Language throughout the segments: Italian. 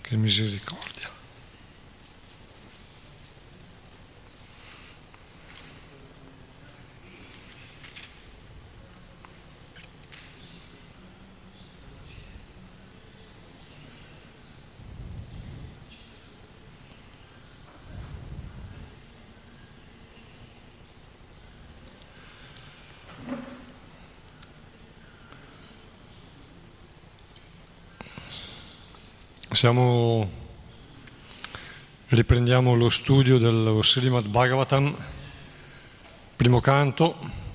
Che misericordia. Riprendiamo lo studio dello Srimad Bhagavatam, primo canto,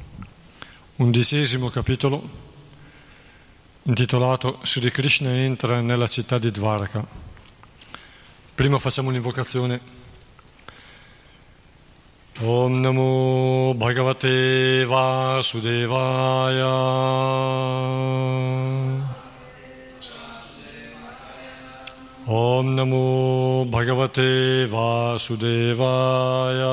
11° capitolo, intitolato Sri Krishna entra nella città di Dvaraka. Prima facciamo un'invocazione. Om Namo Bhagavate Vasudevaya. Om Namo Bhagavate Vasudevaya.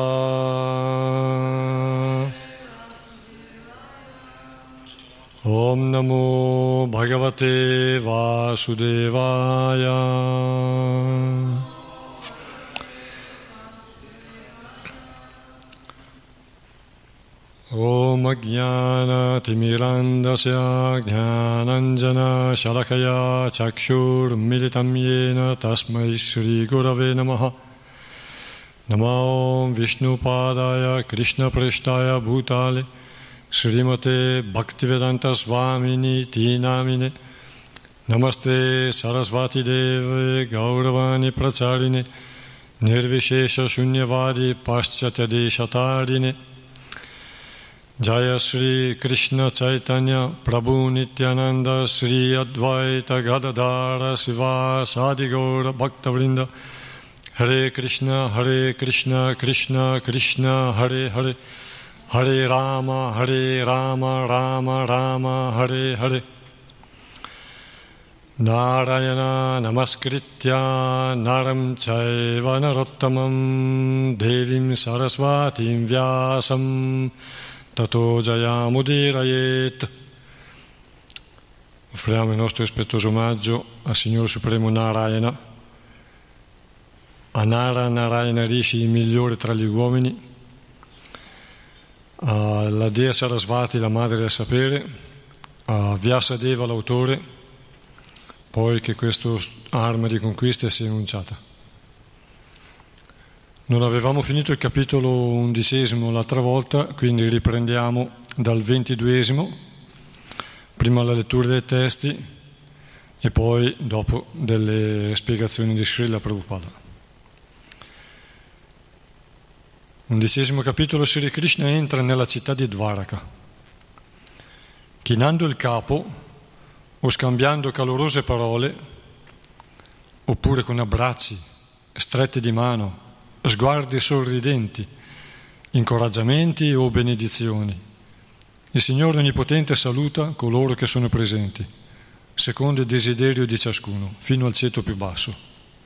Om Namo Bhagavate Vasudevaya. Om Ajnana Timirandasya Jnananjana Shalakaya Chakshur Militam Yena Tasmai Shri Gurave Namaha. Namo Vishnu Padaya Krishna Preshtaya Bhutale Srimate Bhaktivedanta Swamini Tinamine. Namaste Sarasvati Deve Gauravani Pracharine Nirvishesha Shunyavadi Paschatya Deshatarine. Jaya Sri Krishna Chaitanya Prabhu Nityananda Sri Advaita Gadadara Siva Sadi Gaura Bhaktavrinda. Hare Krishna Krishna Krishna Hare Hare, Hare Rama Rama Rama Hare Hare. Narayana Namaskritya Naram Chaiva Narottamam Devim Sarasvatim Vyasam Tato Jayamudhirayet. Offriamo il nostro rispettoso omaggio al Signore Supremo Narayana, a Nara Narayana Rishi, il migliore tra gli uomini, alla Dea Sarasvati, la madre del sapere, a Vyasadeva, l'autore, poi che questa arma di conquista sia enunciata. Non avevamo finito il capitolo 11 l'altra volta, quindi riprendiamo dal 22, prima la lettura dei testi e poi dopo delle spiegazioni di Srila Prabhupada. 11° capitolo. Sri Krishna entra nella città di Dvaraka. Chinando il capo o scambiando calorose parole, oppure con abbracci stretti di mano, sguardi sorridenti, incoraggiamenti o benedizioni, il Signore Onnipotente saluta coloro che sono presenti, secondo il desiderio di ciascuno, fino al ceto più basso.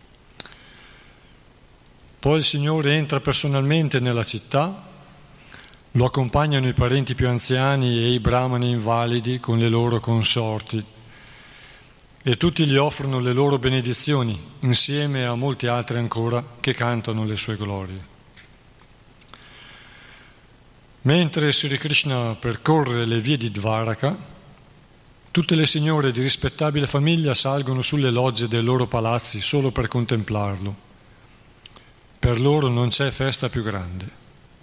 Poi il Signore entra personalmente nella città, lo accompagnano i parenti più anziani e i brahmani invalidi con le loro consorti, e tutti gli offrono le loro benedizioni, insieme a molti altri ancora che cantano le sue glorie. Mentre Sri Krishna percorre le vie di Dvaraka, tutte le signore di rispettabile famiglia salgono sulle logge dei loro palazzi solo per contemplarlo. Per loro non c'è festa più grande.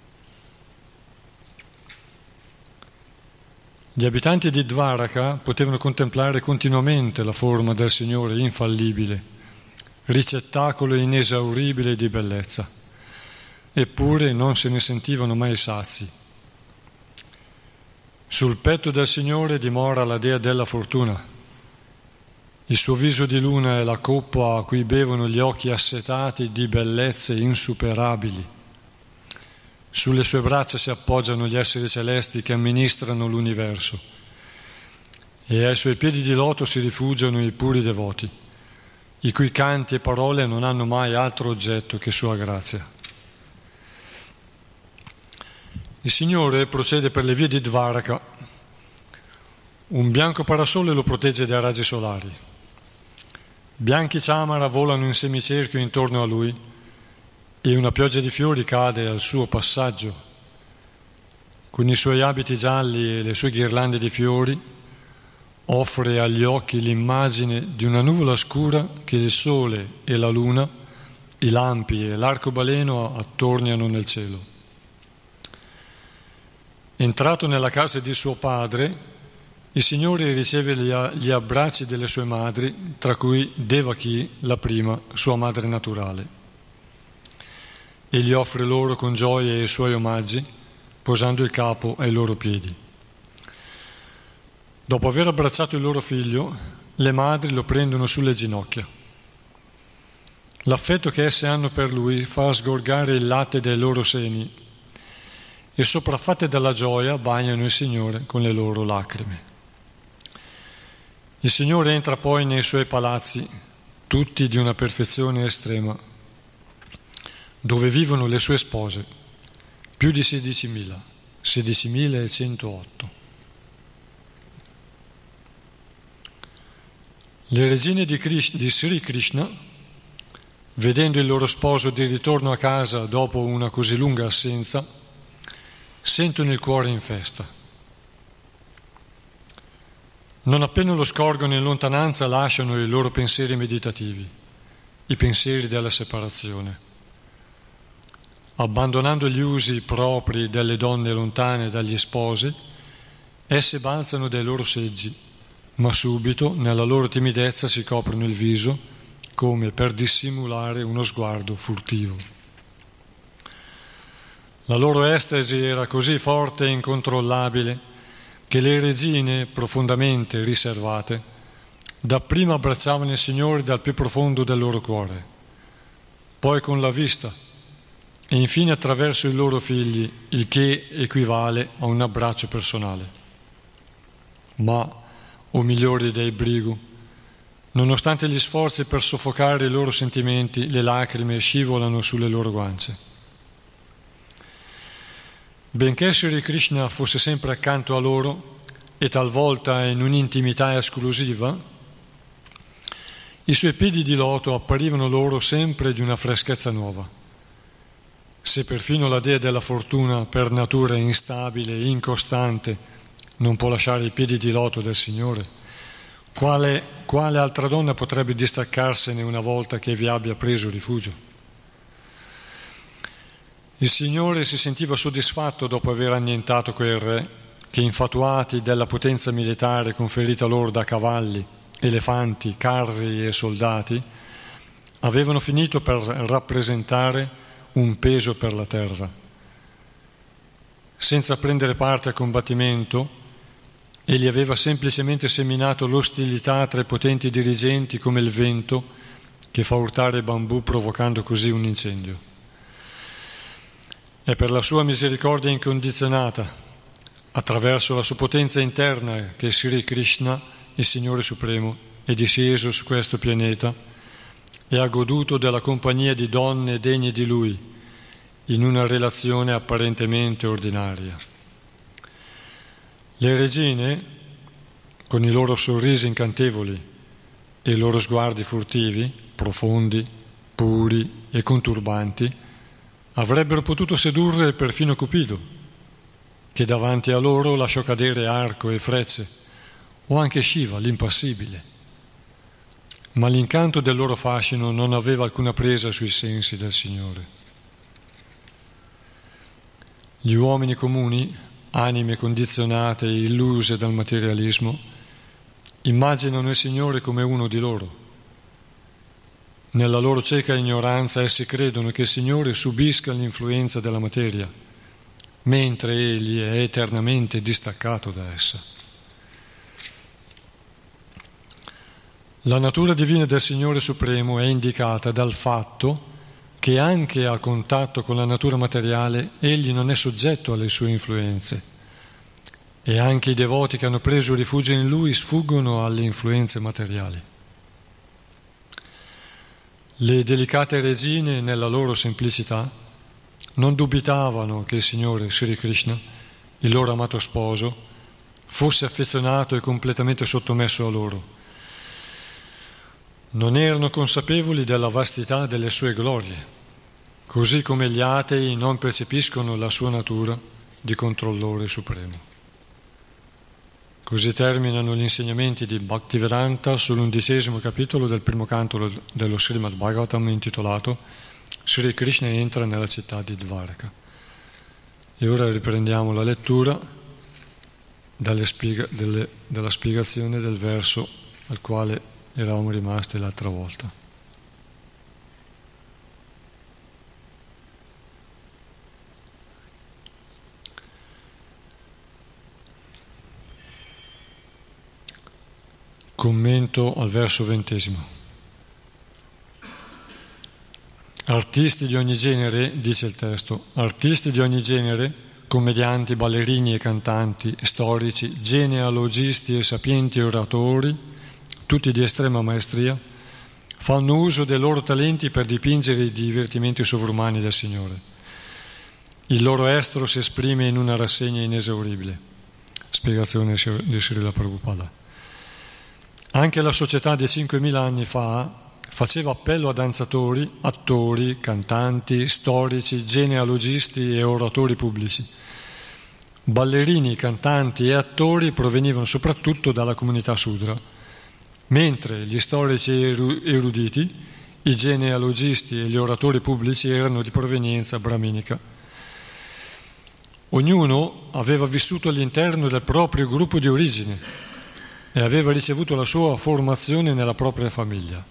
Gli abitanti di Dvaraka potevano contemplare continuamente la forma del Signore infallibile, ricettacolo inesauribile di bellezza, eppure non se ne sentivano mai sazi. Sul petto del Signore dimora la Dea della fortuna. Il suo viso di luna è la coppa a cui bevono gli occhi assetati di bellezze insuperabili. Sulle sue braccia si appoggiano gli esseri celesti che amministrano l'universo e ai suoi piedi di loto si rifugiano i puri devoti, i cui canti e parole non hanno mai altro oggetto che sua grazia. Il Signore procede per le vie di Dvaraka. Un bianco parasole lo protegge dai raggi solari. Bianchi ciamara volano in semicerchio intorno a lui e una pioggia di fiori cade al suo passaggio. Con i suoi abiti gialli e le sue ghirlande di fiori offre agli occhi l'immagine di una nuvola scura che il sole e la luna, i lampi e l'arcobaleno attorniano nel cielo. Entrato nella casa di suo padre, il Signore riceve gli abbracci delle sue madri, tra cui Devaki, la prima, sua madre naturale, e gli offre loro con gioia i suoi omaggi, posando il capo ai loro piedi. Dopo aver abbracciato il loro figlio, le madri lo prendono sulle ginocchia. L'affetto che esse hanno per lui fa sgorgare il latte dai loro seni e, sopraffatte dalla gioia, bagnano il Signore con le loro lacrime. Il Signore entra poi nei suoi palazzi, tutti di una perfezione estrema, dove vivono le sue spose, più di 16.000, 16.108. Le regine di Sri Krishna, vedendo il loro sposo di ritorno a casa dopo una così lunga assenza, sentono il cuore in festa. Non appena lo scorgono in lontananza lasciano i loro pensieri meditativi, i pensieri della separazione. Abbandonando gli usi propri delle donne lontane dagli sposi, esse balzano dai loro seggi, ma subito nella loro timidezza si coprono il viso come per dissimulare uno sguardo furtivo. La loro estasi era così forte e incontrollabile che le regine, profondamente riservate, dapprima abbracciavano il Signore dal più profondo del loro cuore, poi con la vista e infine attraverso i loro figli, il che equivale a un abbraccio personale. Ma, o migliori dei Brigu, nonostante gli sforzi per soffocare i loro sentimenti, le lacrime scivolano sulle loro guance. Benché Sri Krishna fosse sempre accanto a loro e talvolta in un'intimità esclusiva, i suoi piedi di loto apparivano loro sempre di una freschezza nuova. Se perfino la dea della fortuna, per natura instabile e incostante, non può lasciare i piedi di loto del Signore, quale altra donna potrebbe distaccarsene una volta che vi abbia preso rifugio? Il Signore si sentiva soddisfatto dopo aver annientato quel re che, infatuati della potenza militare conferita loro da cavalli, elefanti, carri e soldati, avevano finito per rappresentare un peso per la terra. Senza prendere parte al combattimento, egli aveva semplicemente seminato l'ostilità tra i potenti dirigenti come il vento che fa urtare i bambù provocando così un incendio. È per la sua misericordia incondizionata, attraverso la sua potenza interna, che Sri Krishna, il Signore Supremo, è disceso su questo pianeta e ha goduto della compagnia di donne degne di Lui, in una relazione apparentemente ordinaria. Le regine, con i loro sorrisi incantevoli e i loro sguardi furtivi, profondi, puri e conturbanti, avrebbero potuto sedurre perfino Cupido, che davanti a loro lasciò cadere arco e frecce, o anche Shiva, l'impassibile. Ma l'incanto del loro fascino non aveva alcuna presa sui sensi del Signore. Gli uomini comuni, anime condizionate e illuse dal materialismo, immaginano il Signore come uno di loro. Nella loro cieca ignoranza essi credono che il Signore subisca l'influenza della materia, mentre Egli è eternamente distaccato da essa. La natura divina del Signore Supremo è indicata dal fatto che anche a contatto con la natura materiale Egli non è soggetto alle sue influenze e anche i devoti che hanno preso rifugio in Lui sfuggono alle influenze materiali. Le delicate regine, nella loro semplicità, non dubitavano che il Signore Sri Krishna, il loro amato sposo, fosse affezionato e completamente sottomesso a loro. Non erano consapevoli della vastità delle sue glorie, così come gli atei non percepiscono la sua natura di controllore supremo. Così terminano gli insegnamenti di Bhaktivedanta sull'11° capitolo del primo canto dello Srimad Bhagavatam intitolato Sri Krishna entra nella città di Dvaraka. E ora riprendiamo la lettura della spiegazione del verso al quale eravamo rimasti l'altra volta. Commento al verso 20. Artisti di ogni genere, dice il testo, artisti di ogni genere, commedianti, ballerini e cantanti, storici, genealogisti e sapienti oratori, tutti di estrema maestria, fanno uso dei loro talenti per dipingere i divertimenti sovrumani del Signore. Il loro estro si esprime in una rassegna inesauribile. Spiegazione di Srila Prabhupada. Anche la società di 5.000 anni fa faceva appello a danzatori, attori, cantanti, storici, genealogisti e oratori pubblici. Ballerini, cantanti e attori provenivano soprattutto dalla comunità Sudra, mentre gli storici eruditi, i genealogisti e gli oratori pubblici erano di provenienza brahminica. Ognuno aveva vissuto all'interno del proprio gruppo di origine e aveva ricevuto la sua formazione nella propria famiglia.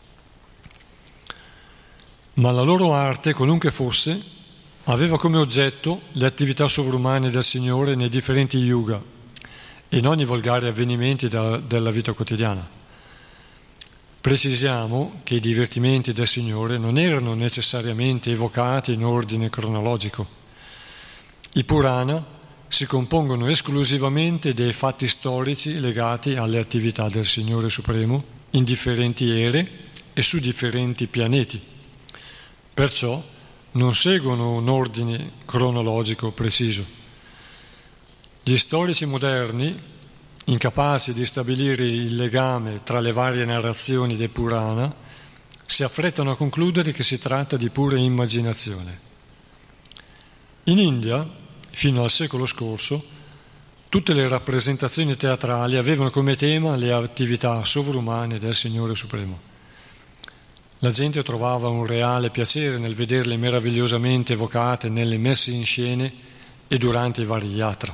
Ma la loro arte, qualunque fosse, aveva come oggetto le attività sovrumane del Signore nei differenti yuga e in ogni volgare avvenimenti della vita quotidiana. Precisiamo che i divertimenti del Signore non erano necessariamente evocati in ordine cronologico. I Purana si compongono esclusivamente dei fatti storici legati alle attività del Signore Supremo in differenti ere e su differenti pianeti. Perciò non seguono un ordine cronologico preciso. Gli storici moderni, incapaci di stabilire il legame tra le varie narrazioni dei Purana, si affrettano a concludere che si tratta di pura immaginazione. In India, fino al secolo scorso, tutte le rappresentazioni teatrali avevano come tema le attività sovrumane del Signore Supremo. La gente trovava un reale piacere nel vederle meravigliosamente evocate nelle messe in scene e durante i vari yatra.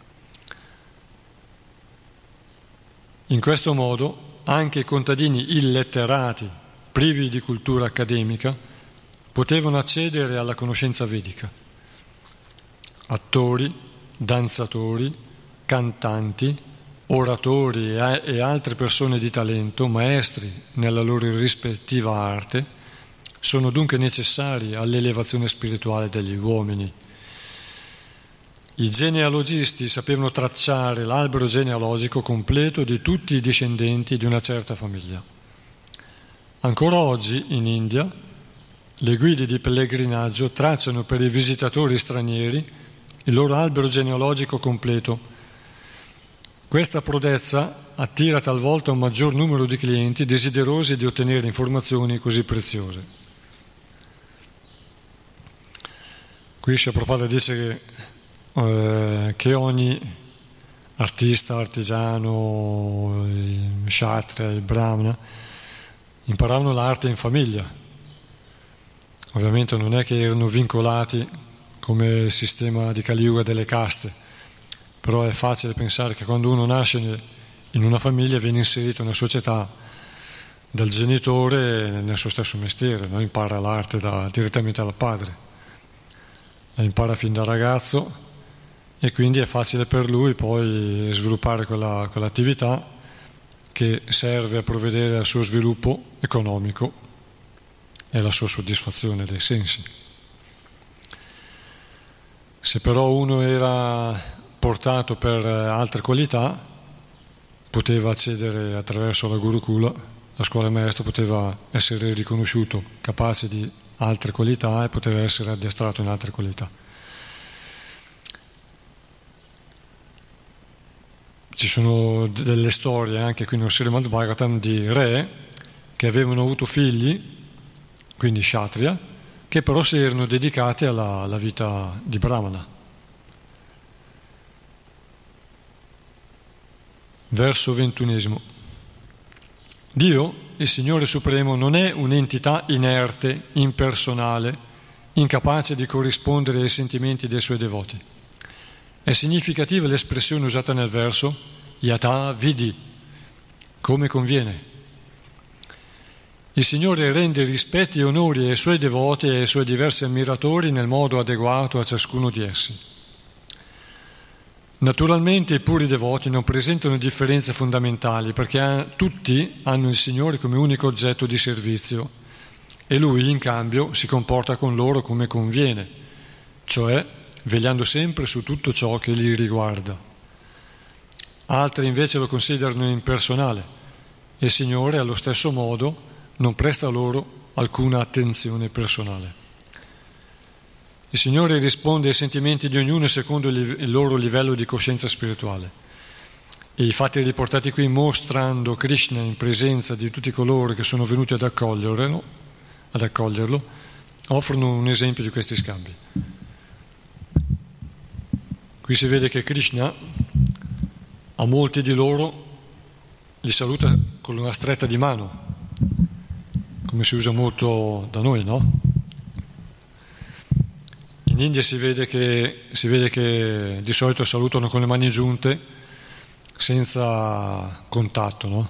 In questo modo anche i contadini illetterati, privi di cultura accademica, potevano accedere alla conoscenza vedica. Attori, danzatori, cantanti, oratori e altre persone di talento, maestri nella loro rispettiva arte, sono dunque necessari all'elevazione spirituale degli uomini. I genealogisti sapevano tracciare l'albero genealogico completo di tutti i discendenti di una certa famiglia. Ancora oggi in India le guide di pellegrinaggio tracciano per i visitatori stranieri il loro albero genealogico completo. Questa prodezza attira talvolta un maggior numero di clienti desiderosi di ottenere informazioni così preziose. Qui Srila Prabhupada dice che ogni artista, artigiano, kshatriya, brahmana imparavano l'arte in famiglia. Ovviamente non è che erano vincolati come sistema di Kali Yuga delle caste, però è facile pensare che quando uno nasce in una famiglia viene inserito nella società dal genitore nel suo stesso mestiere, no? Impara l'arte direttamente dal padre, la impara fin da ragazzo e quindi è facile per lui poi sviluppare quell'attività che serve a provvedere al suo sviluppo economico e alla sua soddisfazione dei sensi. Se però uno era portato per altre qualità, poteva accedere attraverso la Gurukula, la scuola maestra, poteva essere riconosciuto capace di altre qualità e poteva essere addestrato in altre qualità. Ci sono delle storie anche qui nel Srimad Bhagavatam di re che avevano avuto figli, quindi Kshatriya, che però si erano dedicati alla vita di Brahmana. Verso 21. Dio, il Signore Supremo, non è un'entità inerte, impersonale, incapace di corrispondere ai sentimenti dei suoi devoti. È significativa l'espressione usata nel verso Yatha Vidi, come conviene. Il Signore rende rispetti e onori ai suoi devoti e ai suoi diversi ammiratori nel modo adeguato a ciascuno di essi. Naturalmente i puri devoti non presentano differenze fondamentali perché tutti hanno il Signore come unico oggetto di servizio e Lui in cambio si comporta con loro come conviene, cioè vegliando sempre su tutto ciò che li riguarda. Altri invece lo considerano impersonale e il Signore allo stesso modo non presta loro alcuna attenzione personale. Il Signore risponde ai sentimenti di ognuno secondo il loro livello di coscienza spirituale. E i fatti riportati qui, mostrando Krishna in presenza di tutti coloro che sono venuti ad accoglierlo, offrono un esempio di questi scambi. Qui si vede che Krishna a molti di loro li saluta con una stretta di mano, come si usa molto da noi, no? In India si vede che di solito salutano con le mani giunte senza contatto, no?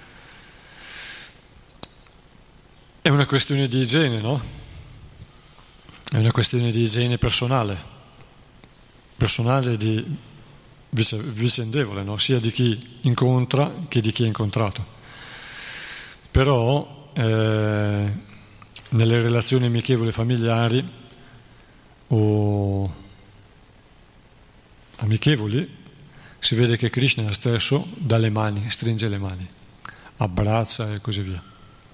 È una questione di igiene, no? È una questione di igiene personale di vicendevole, no? Sia di chi incontra che di chi è incontrato. Però nelle relazioni amichevoli familiari o amichevoli si vede che Krishna stesso dà le mani, stringe le mani, abbraccia e così via.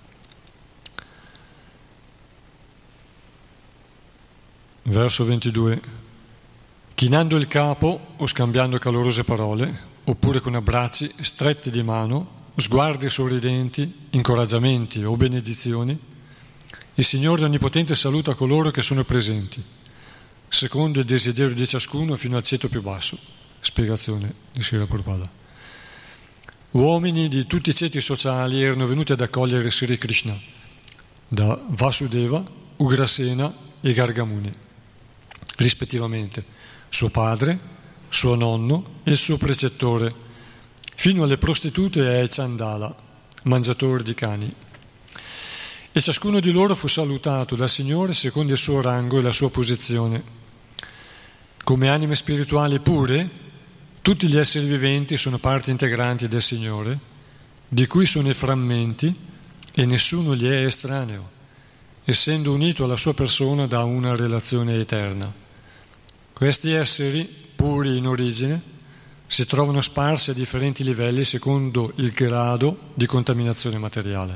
Verso 22. Chinando il capo o scambiando calorose parole, oppure con abbracci stretti di mano, sguardi sorridenti, incoraggiamenti o benedizioni, il Signore Onnipotente saluta coloro che sono presenti, secondo il desiderio di ciascuno fino al ceto più basso. Spiegazione di Srila Prabhupada. Uomini di tutti i ceti sociali erano venuti ad accogliere Sri Krishna, da Vasudeva, Ugrasena e Gargamuni, rispettivamente suo padre, suo nonno e il suo precettore, fino alle prostitute e ai Chandala, mangiatori di cani. E ciascuno di loro fu salutato dal Signore secondo il suo rango e la sua posizione. Come anime spirituali pure, tutti gli esseri viventi sono parti integranti del Signore, di cui sono i frammenti e nessuno gli è estraneo, essendo unito alla sua persona da una relazione eterna. Questi esseri, puri in origine, si trovano sparsi a differenti livelli secondo il grado di contaminazione materiale.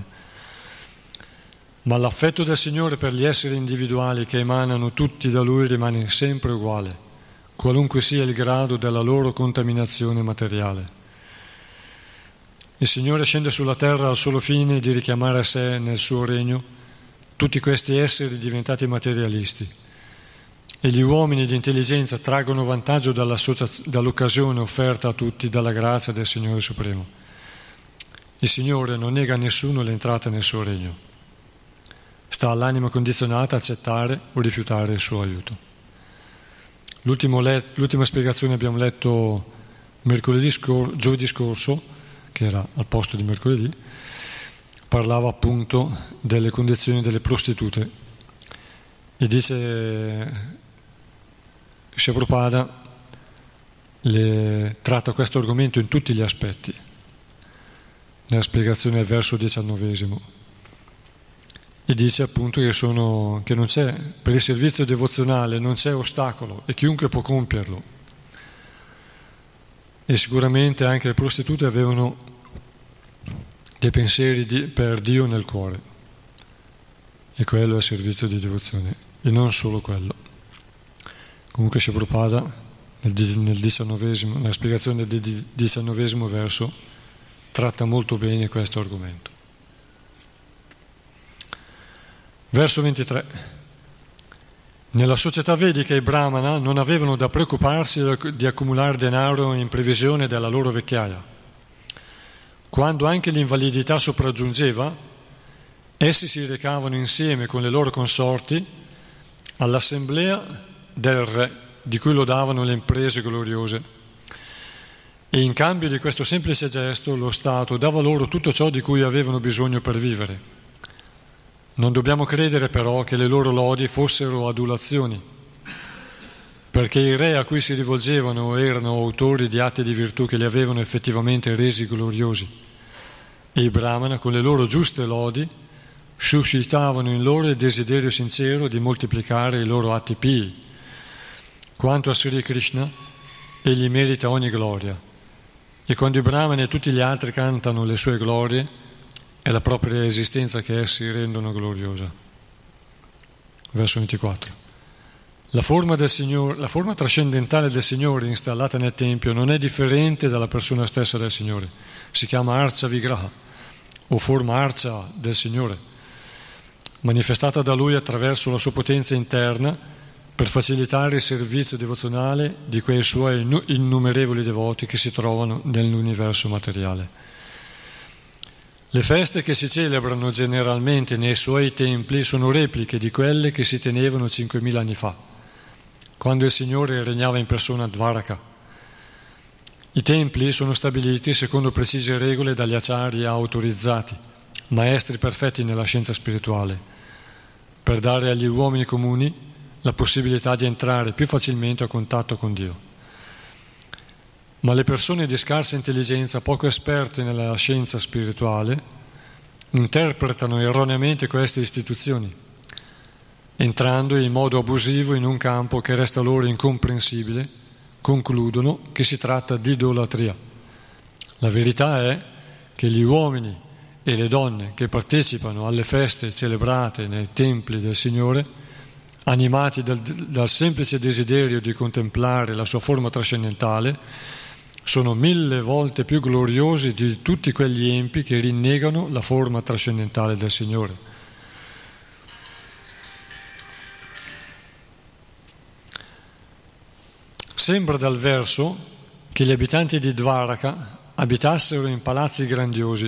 Ma l'affetto del Signore per gli esseri individuali che emanano tutti da Lui rimane sempre uguale, qualunque sia il grado della loro contaminazione materiale. Il Signore scende sulla terra al solo fine di richiamare a sé nel suo regno tutti questi esseri diventati materialisti. E gli uomini di intelligenza traggono vantaggio dall'occasione offerta a tutti dalla grazia del Signore Supremo. Il Signore non nega a nessuno l'entrata nel suo regno. Sta all'anima condizionata accettare o rifiutare il suo aiuto. L'ultima spiegazione abbiamo letto giovedì scorso, che era al posto di mercoledì, parlava appunto delle condizioni delle prostitute e dice Srila Prabhupada tratta questo argomento in tutti gli aspetti nella spiegazione del verso 19 e dice appunto che non c'è, per il servizio devozionale non c'è ostacolo e chiunque può compierlo, e sicuramente anche le prostitute avevano dei pensieri per Dio nel cuore, e quello è il servizio di devozione e non solo quello. Comunque Srila Prabhupada nella spiegazione del 19 verso tratta molto bene questo argomento. Verso 23. Nella società vedica i brahmana non avevano da preoccuparsi di accumulare denaro in previsione della loro vecchiaia. Quando anche l'invalidità sopraggiungeva, essi si recavano insieme con le loro consorti all'assemblea del re, di cui lodavano le imprese gloriose. E in cambio di questo semplice gesto lo Stato dava loro tutto ciò di cui avevano bisogno per vivere. Non dobbiamo credere però che le loro lodi fossero adulazioni, perché i re a cui si rivolgevano erano autori di atti di virtù che li avevano effettivamente resi gloriosi, e i brahmana con le loro giuste lodi suscitavano in loro il desiderio sincero di moltiplicare i loro atti pii. Quanto a Sri Krishna, egli merita ogni gloria, e quando i brahmani e tutti gli altri cantano le sue glorie, è la propria esistenza che essi rendono gloriosa. Verso 24. La forma trascendentale del Signore installata nel Tempio non è differente dalla persona stessa del Signore. Si chiama Archa Vigraha, o forma Archa del Signore, manifestata da Lui attraverso la sua potenza interna per facilitare il servizio devozionale di quei Suoi innumerevoli devoti che si trovano nell'universo materiale. Le feste che si celebrano generalmente nei Suoi templi sono repliche di quelle che si tenevano 5.000 anni fa, quando il Signore regnava in persona a Dvaraka. I templi sono stabiliti secondo precise regole dagli acharya autorizzati, maestri perfetti nella scienza spirituale, per dare agli uomini comuni la possibilità di entrare più facilmente a contatto con Dio. Ma le persone di scarsa intelligenza, poco esperte nella scienza spirituale, interpretano erroneamente queste istituzioni, entrando in modo abusivo in un campo che resta loro incomprensibile, concludono che si tratta di idolatria. La verità è che gli uomini e le donne che partecipano alle feste celebrate nei templi del Signore, animati dal semplice desiderio di contemplare la sua forma trascendentale, sono 1000 volte più gloriosi di tutti quegli empi che rinnegano la forma trascendentale del Signore. Sembra dal verso che gli abitanti di Dvaraka abitassero in palazzi grandiosi,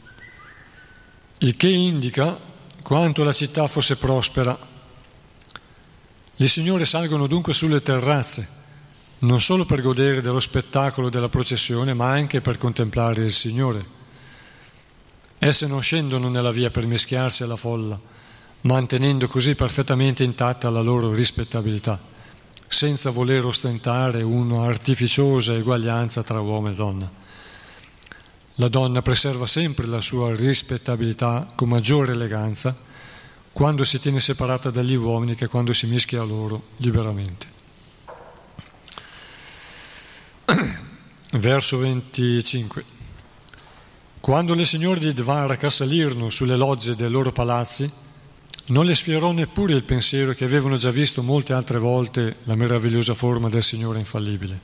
il che indica quanto la città fosse prospera. Gli signori salgono dunque sulle terrazze, non solo per godere dello spettacolo della processione, ma anche per contemplare il Signore. Esse non scendono nella via per mischiarsi alla folla, mantenendo così perfettamente intatta la loro rispettabilità, senza voler ostentare un'artificiosa eguaglianza tra uomo e donna. La donna preserva sempre la sua rispettabilità con maggiore eleganza quando si tiene separata dagli uomini che quando si mischia a loro liberamente. Verso 25. Quando le signore di Dvaraka salirono sulle logge dei loro palazzi, non le sfiorò neppure il pensiero che avevano già visto molte altre volte la meravigliosa forma del Signore infallibile.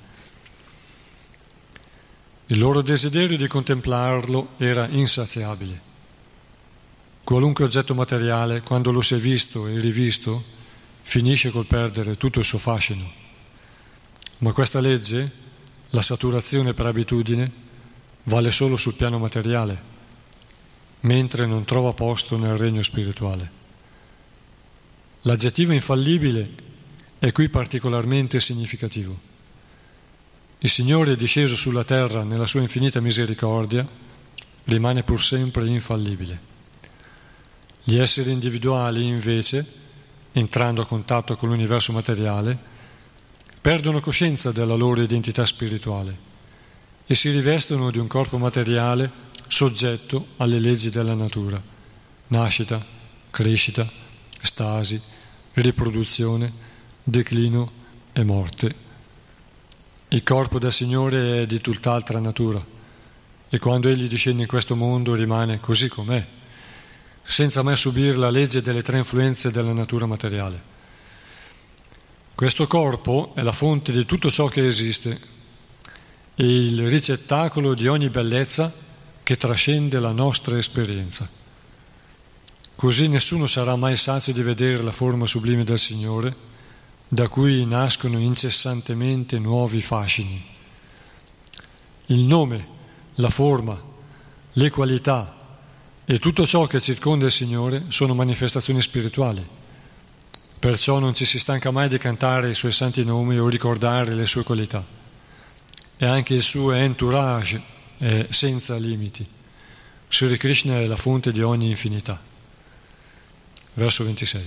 Il loro desiderio di contemplarlo era insaziabile. Qualunque oggetto materiale, quando lo si è visto e rivisto, finisce col perdere tutto il suo fascino. Ma questa legge, la saturazione per abitudine, vale solo sul piano materiale, mentre non trova posto nel regno spirituale. L'aggettivo infallibile è qui particolarmente significativo. Il Signore è disceso sulla terra nella sua infinita misericordia, rimane pur sempre infallibile. Gli esseri individuali, invece, entrando a contatto con l'universo materiale, perdono coscienza della loro identità spirituale e si rivestono di un corpo materiale soggetto alle leggi della natura: nascita, crescita, stasi, riproduzione, declino e morte. Il corpo del Signore è di tutt'altra natura e quando Egli discende in questo mondo rimane così com'è, senza mai subire la legge delle 3 influenze della natura materiale. Questo corpo è la fonte di tutto ciò che esiste e il ricettacolo di ogni bellezza che trascende la nostra esperienza. Così nessuno sarà mai sazio di vedere la forma sublime del Signore, da cui nascono incessantemente nuovi fascini. Il nome, la forma, le qualità e tutto ciò che circonda il Signore sono manifestazioni spirituali. Perciò non ci si stanca mai di cantare i Suoi santi nomi o ricordare le Sue qualità. E anche il suo entourage è senza limiti. Sri Krishna è la fonte di ogni infinità. Verso 26.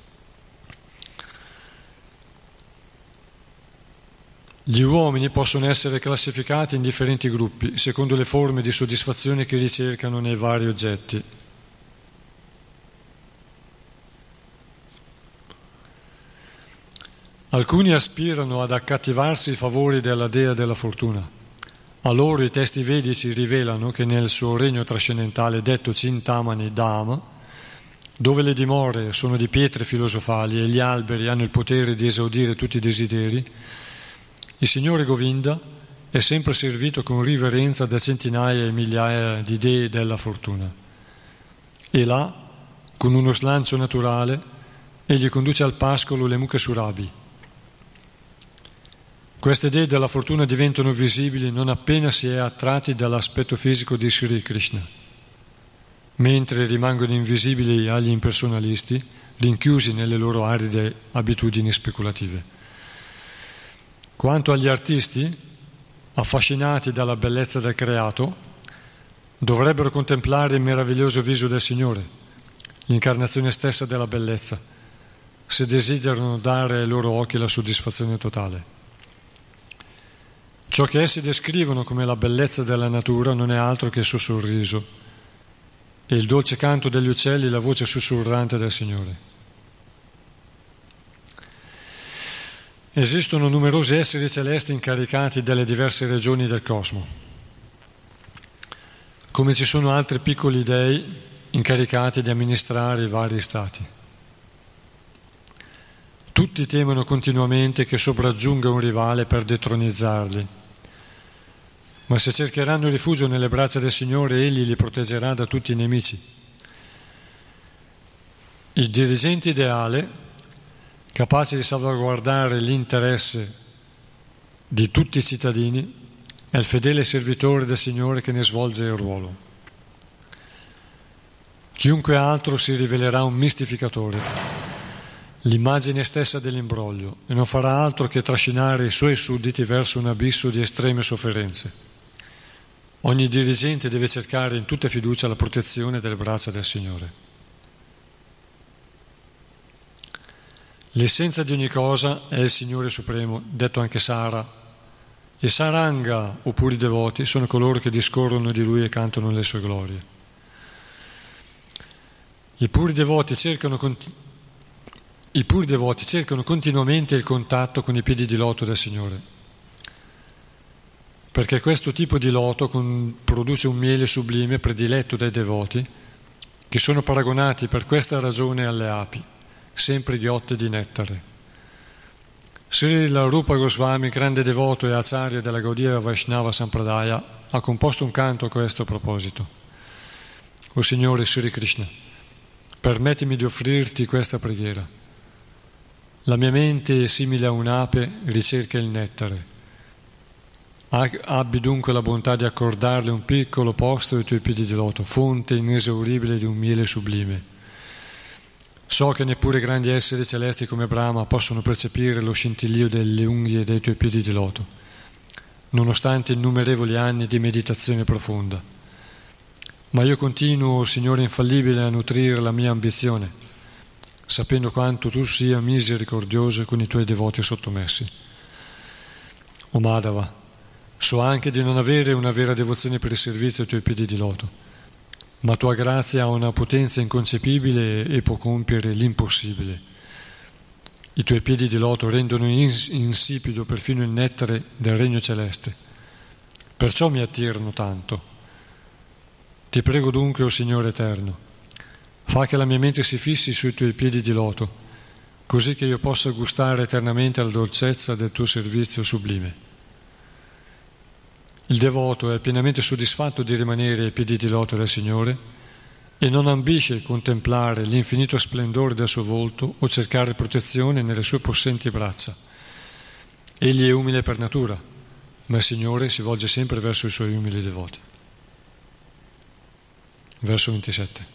Gli uomini possono essere classificati in differenti gruppi, secondo le forme di soddisfazione che ricercano nei vari oggetti. Alcuni aspirano ad accattivarsi i favori della dea della fortuna. A loro i testi vedici rivelano che nel suo regno trascendentale detto Cintamani Dhama, dove le dimore sono di pietre filosofali e gli alberi hanno il potere di esaudire tutti i desideri, il Signore Govinda è sempre servito con riverenza da centinaia e migliaia di dei della fortuna. E là, con uno slancio naturale, egli conduce al pascolo le mucche surabi. Queste dei della fortuna diventano visibili non appena si è attratti dall'aspetto fisico di Sri Krishna, mentre rimangono invisibili agli impersonalisti, rinchiusi nelle loro aride abitudini speculative. Quanto agli artisti, affascinati dalla bellezza del creato, dovrebbero contemplare il meraviglioso viso del Signore, l'incarnazione stessa della bellezza, se desiderano dare ai loro occhi la soddisfazione totale. Ciò che essi descrivono come la bellezza della natura non è altro che il suo sorriso e il dolce canto degli uccelli, la voce sussurrante del Signore. Esistono numerosi esseri celesti incaricati delle diverse regioni del cosmo, come ci sono altri piccoli dei incaricati di amministrare i vari stati. Tutti temono continuamente che sopraggiunga un rivale per detronizzarli, ma se cercheranno rifugio nelle braccia del Signore, Egli li proteggerà da tutti i nemici. Il dirigente ideale, capace di salvaguardare l'interesse di tutti i cittadini, è il fedele servitore del Signore che ne svolge il ruolo. Chiunque altro si rivelerà un mistificatore, l'immagine stessa dell'imbroglio, e non farà altro che trascinare i suoi sudditi verso un abisso di estreme sofferenze. Ogni dirigente deve cercare in tutta fiducia la protezione delle braccia del Signore. L'essenza di ogni cosa è il Signore Supremo, detto anche Sara, e Saranga, o puri devoti, sono coloro che discorrono di Lui e cantano le sue glorie. I puri devoti cercano continuamente il contatto con i piedi di loto del Signore, perché questo tipo di loto produce un miele sublime prediletto dai devoti, che sono paragonati per questa ragione alle api, sempre ghiotte di nettare. Srila Rupa Goswami, grande devoto e acharya della Gaudiya Vaishnava Sampradaya, ha composto un canto a questo proposito. O Signore Sri Krishna, permettimi di offrirti questa preghiera. La mia mente, simile a un'ape, ricerca il nettare. Abbi dunque la bontà di accordarle un piccolo posto ai tuoi piedi di loto, fonte inesauribile di un miele sublime. So che neppure grandi esseri celesti come Brahma possono percepire lo scintillio delle unghie dei tuoi piedi di loto, nonostante innumerevoli anni di meditazione profonda. Ma io continuo, Signore infallibile, a nutrire la mia ambizione, sapendo quanto tu sia misericordioso con i tuoi devoti sottomessi. O Madhava, so anche di non avere una vera devozione per il servizio ai tuoi piedi di loto, ma tua grazia ha una potenza inconcepibile e può compiere l'impossibile. I tuoi piedi di loto rendono insipido perfino il nettare del regno celeste, perciò mi attirano tanto. Ti prego dunque, o Signore eterno, fa che la mia mente si fissi sui tuoi piedi di loto, così che io possa gustare eternamente la dolcezza del tuo servizio sublime. Il devoto è pienamente soddisfatto di rimanere ai piedi di loto del Signore e non ambisce contemplare l'infinito splendore del suo volto o cercare protezione nelle sue possenti braccia. Egli è umile per natura, ma il Signore si volge sempre verso i suoi umili devoti. Verso 27.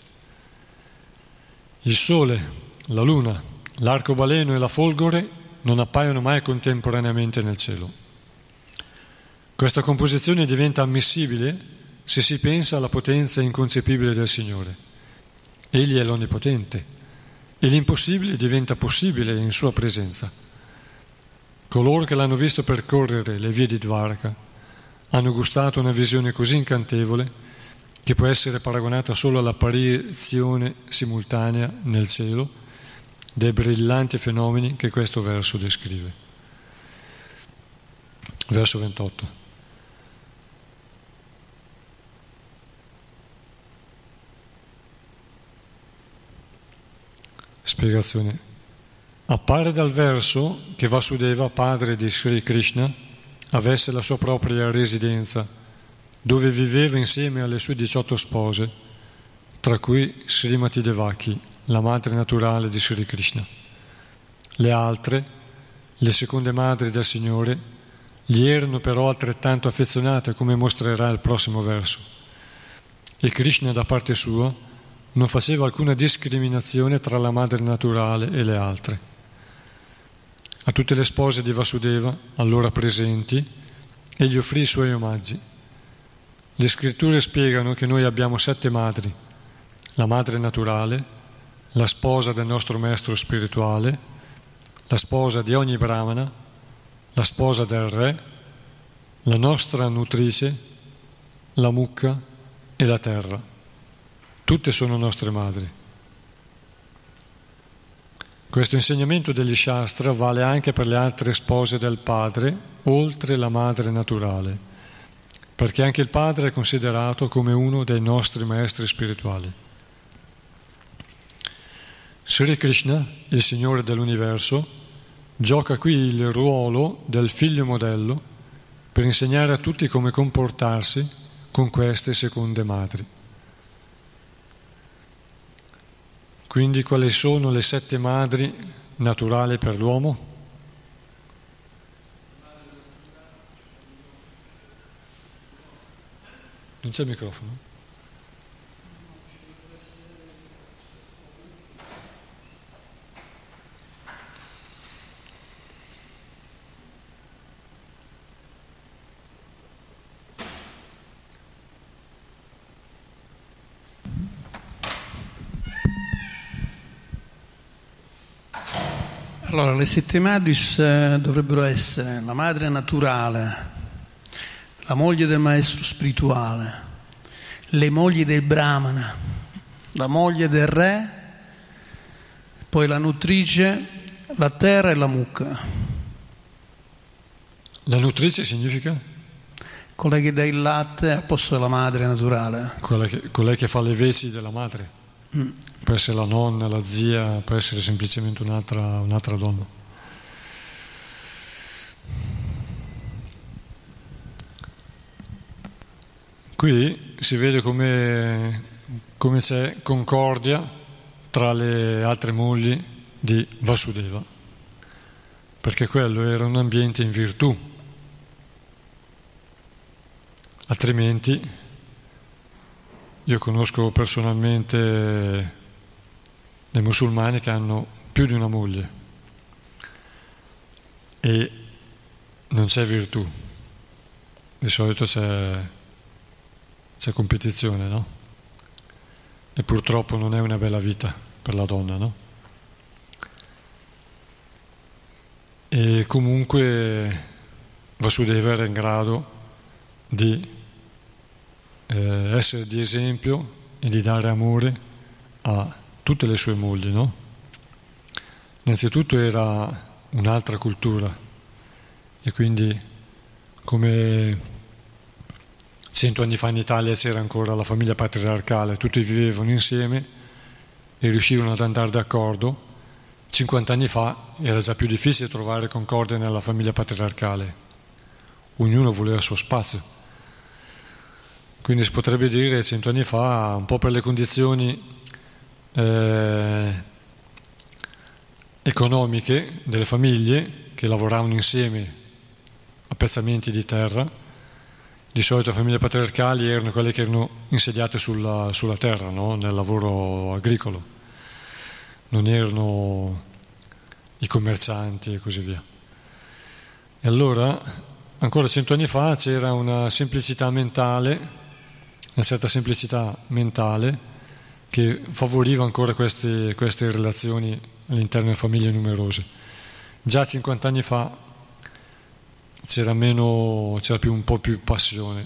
Il sole, la luna, l'arcobaleno e la folgore non appaiono mai contemporaneamente nel cielo. Questa composizione diventa ammissibile se si pensa alla potenza inconcepibile del Signore. Egli è l'Onnipotente e l'impossibile diventa possibile in sua presenza. Coloro che l'hanno visto percorrere le vie di Dvaraka hanno gustato una visione così incantevole che può essere paragonata solo all'apparizione simultanea nel cielo dei brillanti fenomeni che questo verso descrive. Verso 28. Spiegazione. Appare dal verso che Vasudeva, padre di Sri Krishna, avesse la sua propria residenza, dove viveva insieme alle sue 18 spose, tra cui Srimati Devaki, la madre naturale di Sri Krishna. Le altre, le seconde madri del Signore, gli erano però altrettanto affezionate, come mostrerà il prossimo verso. E Krishna, da parte sua, non faceva alcuna discriminazione tra la madre naturale e le altre. A tutte le spose di Vasudeva, allora presenti, egli offrì i suoi omaggi. Le scritture spiegano che noi abbiamo 7 madri: la madre naturale, la sposa del nostro maestro spirituale, la sposa di ogni brahmana, la sposa del re, la nostra nutrice, la mucca e la terra. Tutte sono nostre madri. Questo insegnamento degli Shastra vale anche per le altre spose del padre, oltre la madre naturale, perché anche il padre è considerato come uno dei nostri maestri spirituali. Sri Krishna, il Signore dell'universo, gioca qui il ruolo del figlio modello per insegnare a tutti come comportarsi con queste seconde madri. Quindi quali sono le 7 madri naturali per l'uomo? Non c'è il microfono? Allora, le 7 madris dovrebbero essere la madre naturale, la moglie del maestro spirituale, le mogli del brahmana, la moglie del re, poi la nutrice, la terra e la mucca. La nutrice significa? Colei che dà il latte al posto della madre naturale. Colei che fa le veci della madre. Può essere la nonna, la zia, può essere semplicemente un'altra donna. Qui si vede come c'è concordia tra le altre mogli di Vasudeva, perché quello era un ambiente in virtù, altrimenti io conosco personalmente dei musulmani che hanno più di una moglie e non c'è virtù, di solito c'è competizione, no? E purtroppo non è una bella vita per la donna, no? E comunque Vasudeva era in grado di essere di esempio e di dare amore a tutte le sue mogli, no? Innanzitutto era un'altra cultura e quindi come 100 anni fa in Italia c'era ancora la famiglia patriarcale, tutti vivevano insieme e riuscivano ad andare d'accordo. 50 anni fa era già più difficile trovare concordia nella famiglia patriarcale, ognuno voleva il suo spazio. Quindi si potrebbe dire 100 anni fa, un po' per le condizioni economiche delle famiglie che lavoravano insieme a pezzamenti di terra. Di solito le famiglie patriarcali erano quelle che erano insediate sulla terra, no? Nel lavoro agricolo, non erano i commercianti e così via. E allora, ancora 100 anni fa, c'era una semplicità mentale, una certa semplicità mentale che favoriva ancora queste relazioni all'interno delle famiglie numerose. Già 50 anni fa c'era un po' più passione,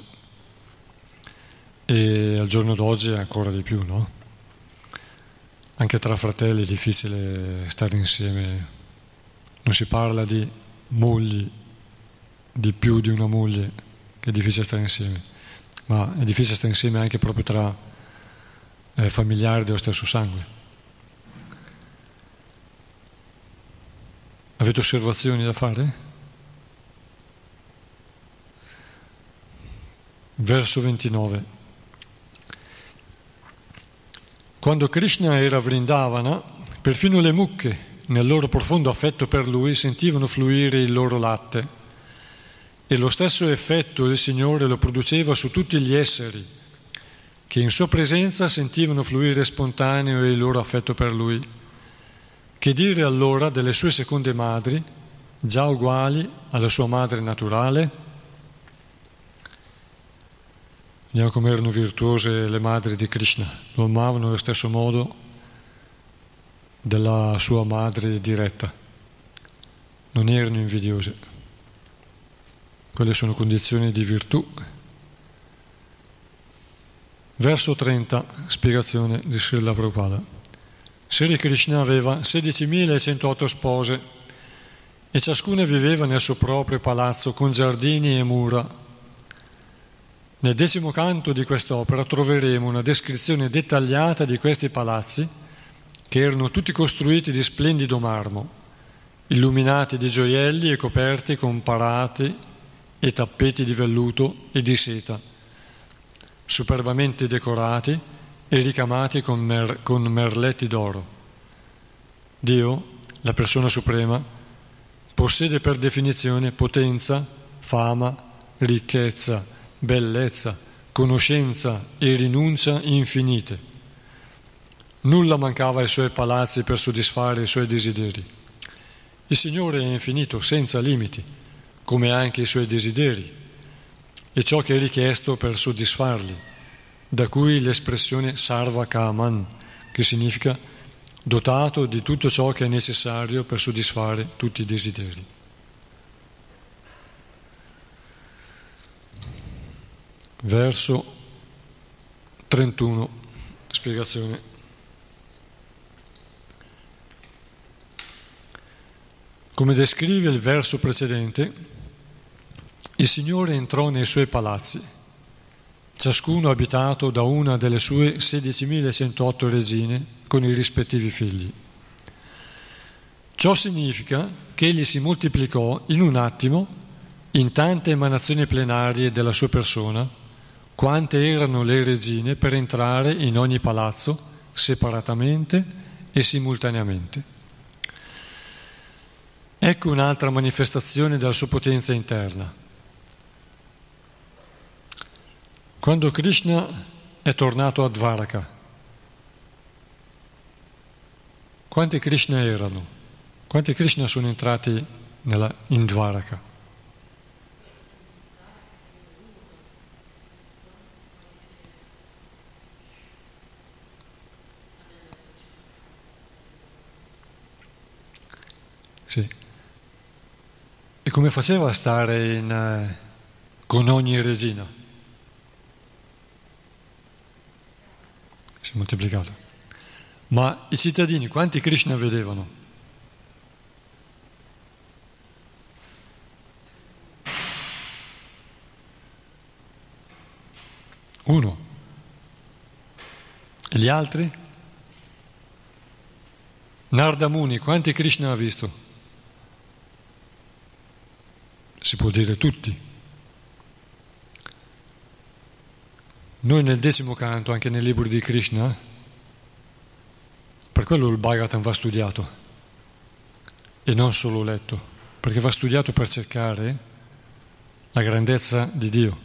e al giorno d'oggi ancora di più, no? Anche tra fratelli è difficile stare insieme, non si parla di mogli, di più di una moglie, che è difficile stare insieme, ma è difficile stare insieme anche proprio tra familiari dello stesso sangue. Avete osservazioni da fare? Verso 29. Quando Krishna era a Vrindavana, perfino le mucche, nel loro profondo affetto per lui, sentivano fluire il loro latte, e lo stesso effetto il Signore lo produceva su tutti gli esseri che in sua presenza sentivano fluire spontaneo il loro affetto per lui. Che dire allora delle sue seconde madri, già uguali alla sua madre naturale? Vediamo come erano virtuose le madri di Krishna, lo amavano allo stesso modo della sua madre diretta, non erano invidiose. Quelle sono condizioni di virtù. Verso 30, spiegazione di Srila Prabhupada. Sri Krishna aveva 16.108 spose e ciascuna viveva nel suo proprio palazzo con giardini e mura. Nel 10° canto di quest'opera troveremo una descrizione dettagliata di questi palazzi, che erano tutti costruiti di splendido marmo, illuminati di gioielli e coperti con parati e tappeti di velluto e di seta, superbamente decorati e ricamati con merletti d'oro. Dio, la persona suprema, possiede per definizione potenza, fama, ricchezza, bellezza, conoscenza e rinuncia infinite. Nulla mancava ai suoi palazzi per soddisfare i suoi desideri. Il Signore è infinito, senza limiti, come anche i suoi desideri, e ciò che è richiesto per soddisfarli, da cui l'espressione Sarva Kaman, che significa dotato di tutto ciò che è necessario per soddisfare tutti i desideri. Verso 31, spiegazione. Come descrive il verso precedente, il Signore entrò nei suoi palazzi, ciascuno abitato da una delle sue 16.108 regine con i rispettivi figli. Ciò significa che egli si moltiplicò in un attimo in tante emanazioni plenarie della sua persona, quante erano le regine per entrare in ogni palazzo separatamente e simultaneamente. Ecco un'altra manifestazione della sua potenza interna. Quando Krishna è tornato a Dvaraka, quanti Krishna erano? Quanti Krishna sono entrati in Dvaraka? Sì. E come faceva a stare con ogni regina? Si è moltiplicato. Ma i cittadini, quanti Krishna vedevano? Uno. E gli altri? Narada Muni, quanti Krishna ha visto? Si può dire tutti. Noi nel 10° canto, anche nei libri di Krishna, per quello il Bhagavatam va studiato e non solo letto, perché va studiato per cercare la grandezza di Dio.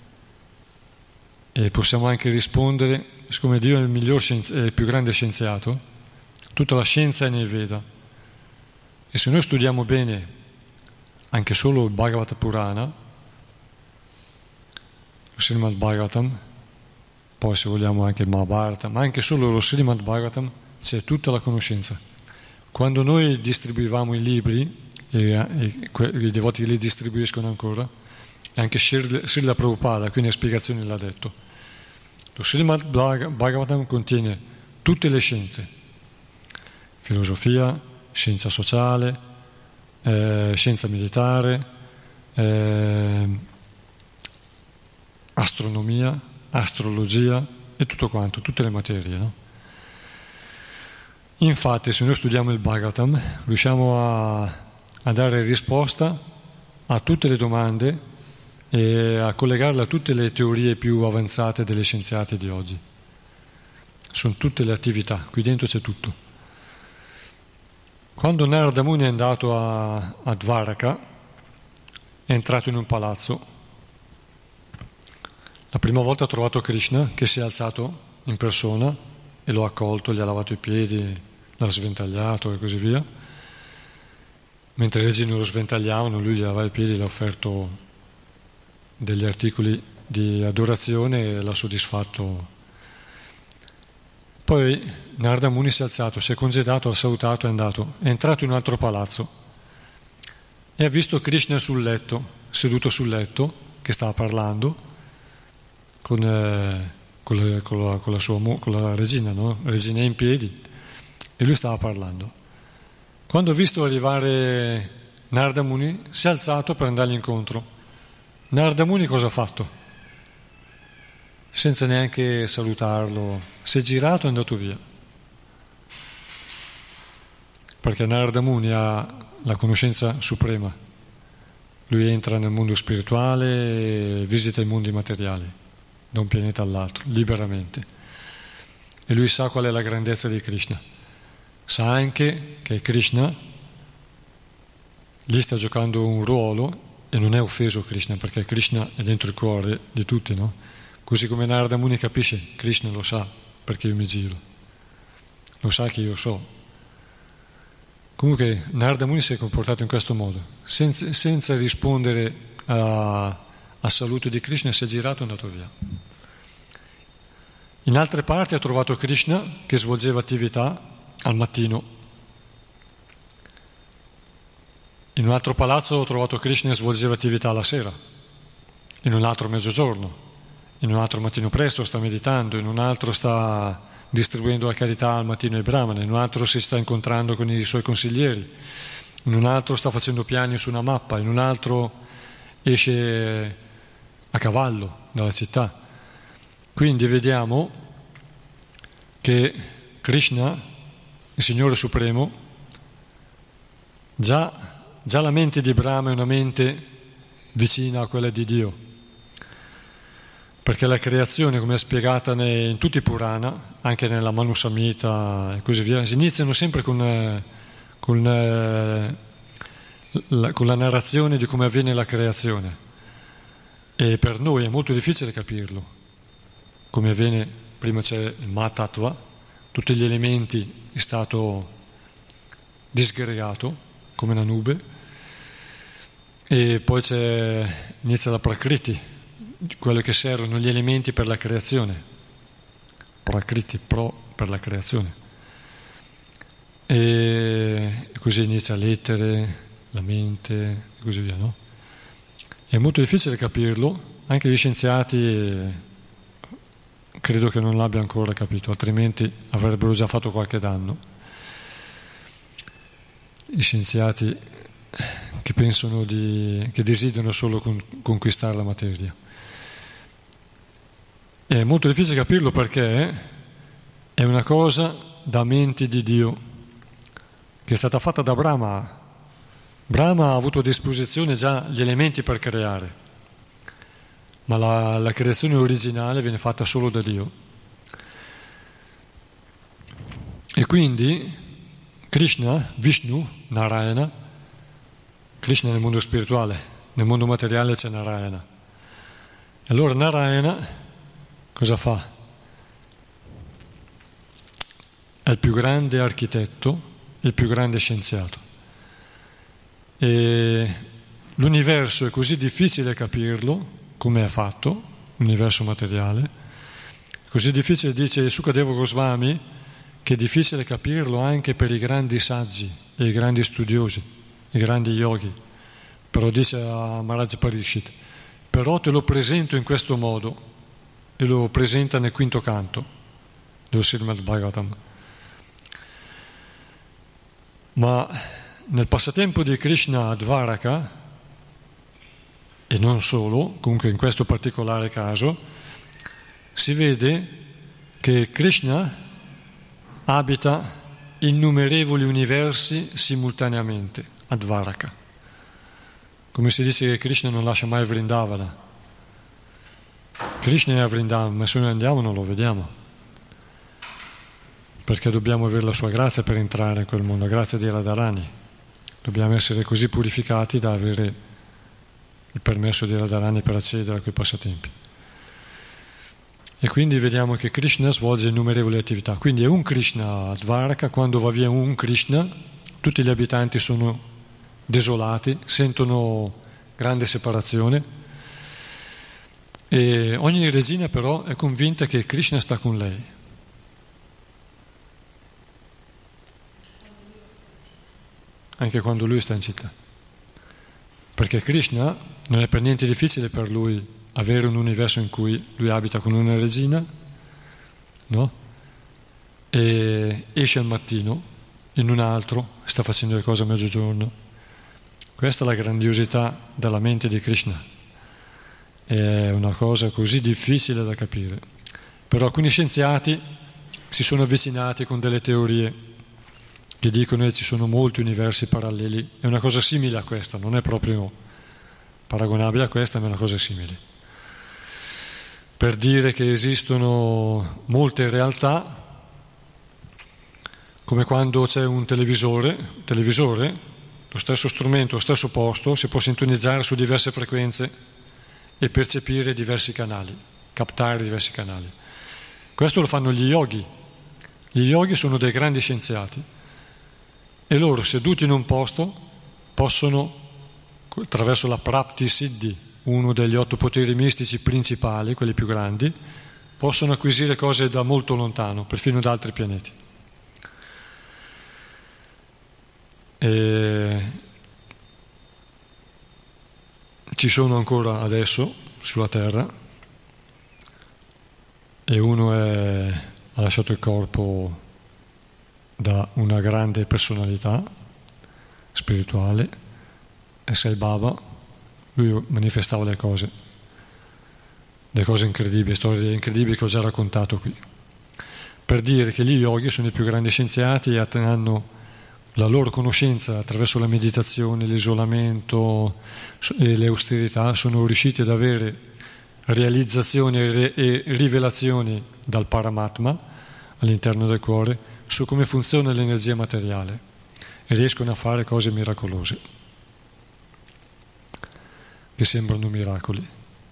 E possiamo anche rispondere, siccome Dio è il più grande scienziato, tutta la scienza è nei Veda. E se noi studiamo bene anche solo il Bhagavata Purana, lo Srimad Bhagavatam, poi se vogliamo anche il Mahabharata, ma anche solo lo Srimad Bhagavatam, c'è tutta la conoscenza. Quando noi distribuivamo i libri, e i devoti li distribuiscono ancora, e anche Srila Prabhupada, quindi a spiegazioni l'ha detto, lo Srimad Bhagavatam contiene tutte le scienze, filosofia, scienza sociale, scienza militare, astronomia, astrologia e tutto quanto, tutte le materie, no? Infatti, se noi studiamo il Bhagavatam, riusciamo a dare risposta a tutte le domande e a collegarla a tutte le teorie più avanzate degli scienziati di oggi. Sono tutte le attività, qui dentro c'è tutto. Quando Narada Muni è andato a Dvaraka, è entrato in un palazzo. La prima volta ha trovato Krishna che si è alzato in persona e lo ha accolto, gli ha lavato i piedi, l'ha sventagliato e così via. Mentre i regini lo sventagliavano, lui gli lavava i piedi, gli ha offerto degli articoli di adorazione e l'ha soddisfatto. Poi Narada Muni si è alzato, si è congedato, ha salutato e è andato. È entrato in un altro palazzo e ha visto Krishna sul letto, seduto sul letto, che stava parlando con la regina, no? La regina è in piedi e lui stava parlando. Quando ha visto arrivare Narada Muni, si è alzato per andargli incontro. Narada Muni cosa ha fatto? Senza neanche salutarlo, si è girato e è andato via. Perché Narada Muni ha la conoscenza suprema. Lui entra nel mondo spirituale e visita i mondi materiali, da un pianeta all'altro, liberamente. E lui sa qual è la grandezza di Krishna. Sa anche che Krishna gli sta giocando un ruolo e non è offeso Krishna, perché Krishna è dentro il cuore di tutti, no? Così come Narada Muni capisce, Krishna lo sa perché io mi giro, lo sa che io so. Comunque Narada Muni si è comportato in questo modo, senza rispondere al saluto di Krishna, si è girato e è andato via. In altre parti ha trovato Krishna che svolgeva attività al mattino. In un altro palazzo ho trovato Krishna che svolgeva attività la sera, in un altro mezzogiorno, in un altro mattino presto sta meditando, in un altro sta distribuendo la carità al mattino ai brahmana, in un altro si sta incontrando con i suoi consiglieri, in un altro sta facendo piani su una mappa, in un altro esce a cavallo dalla città. Quindi vediamo che Krishna, il Signore Supremo, già la mente di Brahma è una mente vicina a quella di Dio, perché la creazione, come è spiegata in tutti i Purana, anche nella Manu Samhita e così via, si iniziano sempre con la narrazione di come avviene la creazione, e per noi è molto difficile capirlo come avviene. Prima c'è il Mahatattva, tutti gli elementi è stato disgregato come una nube, e poi inizia la Prakriti, quello che servono gli elementi per la creazione, Prakriti, per la creazione, e così inizia l'etere, la mente e così via, no? È molto difficile capirlo, anche gli scienziati credo che non l'abbia ancora capito, altrimenti avrebbero già fatto qualche danno. Gli scienziati che pensano che desiderano solo conquistare la materia. È molto difficile capirlo perché è una cosa da mente di Dio, che è stata fatta da Brahma. Brahma ha avuto a disposizione già gli elementi per creare. ma la creazione originale viene fatta solo da Dio. E quindi Krishna, Vishnu, Narayana, Krishna nel mondo spirituale, nel mondo materiale c'è Narayana. E allora Narayana cosa fa? È il più grande architetto, il più grande scienziato. E l'universo è così difficile capirlo, come è fatto, l'universo materiale, così difficile, dice Sukadeva Goswami, che è difficile capirlo anche per i grandi saggi e i grandi studiosi, i grandi yogi. Però dice a Maharaj Parikshit, però te lo presento in questo modo, e lo presenta nel quinto canto dello Srimad Bhagavatam. Ma nel passatempo di Krishna a Dvaraka, e non solo, comunque in questo particolare caso, si vede che Krishna abita innumerevoli universi simultaneamente a Dvaraka. Come si dice che Krishna non lascia mai Vrindavana. Krishna è a Vrindavana, ma se noi andiamo non lo vediamo, perché dobbiamo avere la sua grazia per entrare in quel mondo, la grazia di Radharani. Dobbiamo essere così purificati da avere il permesso di Radharani per accedere a quei passatempi. E quindi vediamo che Krishna svolge innumerevoli attività. Quindi è un Krishna a Dvaraka, quando va via un Krishna, tutti gli abitanti sono desolati, sentono grande separazione, e ogni regina però è convinta che Krishna sta con lei. Anche quando lui sta in città. Perché Krishna non è per niente difficile per lui avere un universo in cui lui abita con una regina, no? E esce al mattino, in un altro sta facendo le cose a mezzogiorno. Questa è la grandiosità della mente di Krishna. È una cosa così difficile da capire. Però alcuni scienziati si sono avvicinati con delle teorie che dicono che ci sono molti universi paralleli. È una cosa simile a questa, non è proprio paragonabile a questa, ma è una cosa simile. Per dire che esistono molte realtà, come quando c'è un televisore, lo stesso strumento, lo stesso posto, si può sintonizzare su diverse frequenze e percepire diversi canali, captare diversi canali. Questo lo fanno gli yogi. Gli yogi sono dei grandi scienziati e loro, seduti in un posto, possono, attraverso la Prapti Siddhi, uno degli 8 poteri mistici principali, quelli più grandi, possono acquisire cose da molto lontano, perfino da altri pianeti. E ci sono ancora adesso sulla Terra, e uno ha lasciato il corpo da una grande personalità spirituale, e Sai Baba, lui manifestava le cose incredibili, storie incredibili che ho già raccontato qui, per dire che gli yogi sono i più grandi scienziati e hanno la loro conoscenza attraverso la meditazione, l'isolamento e le austerità, sono riusciti ad avere realizzazioni e rivelazioni dal Paramatma all'interno del cuore su come funziona l'energia materiale e riescono a fare cose miracolose che sembrano miracoli.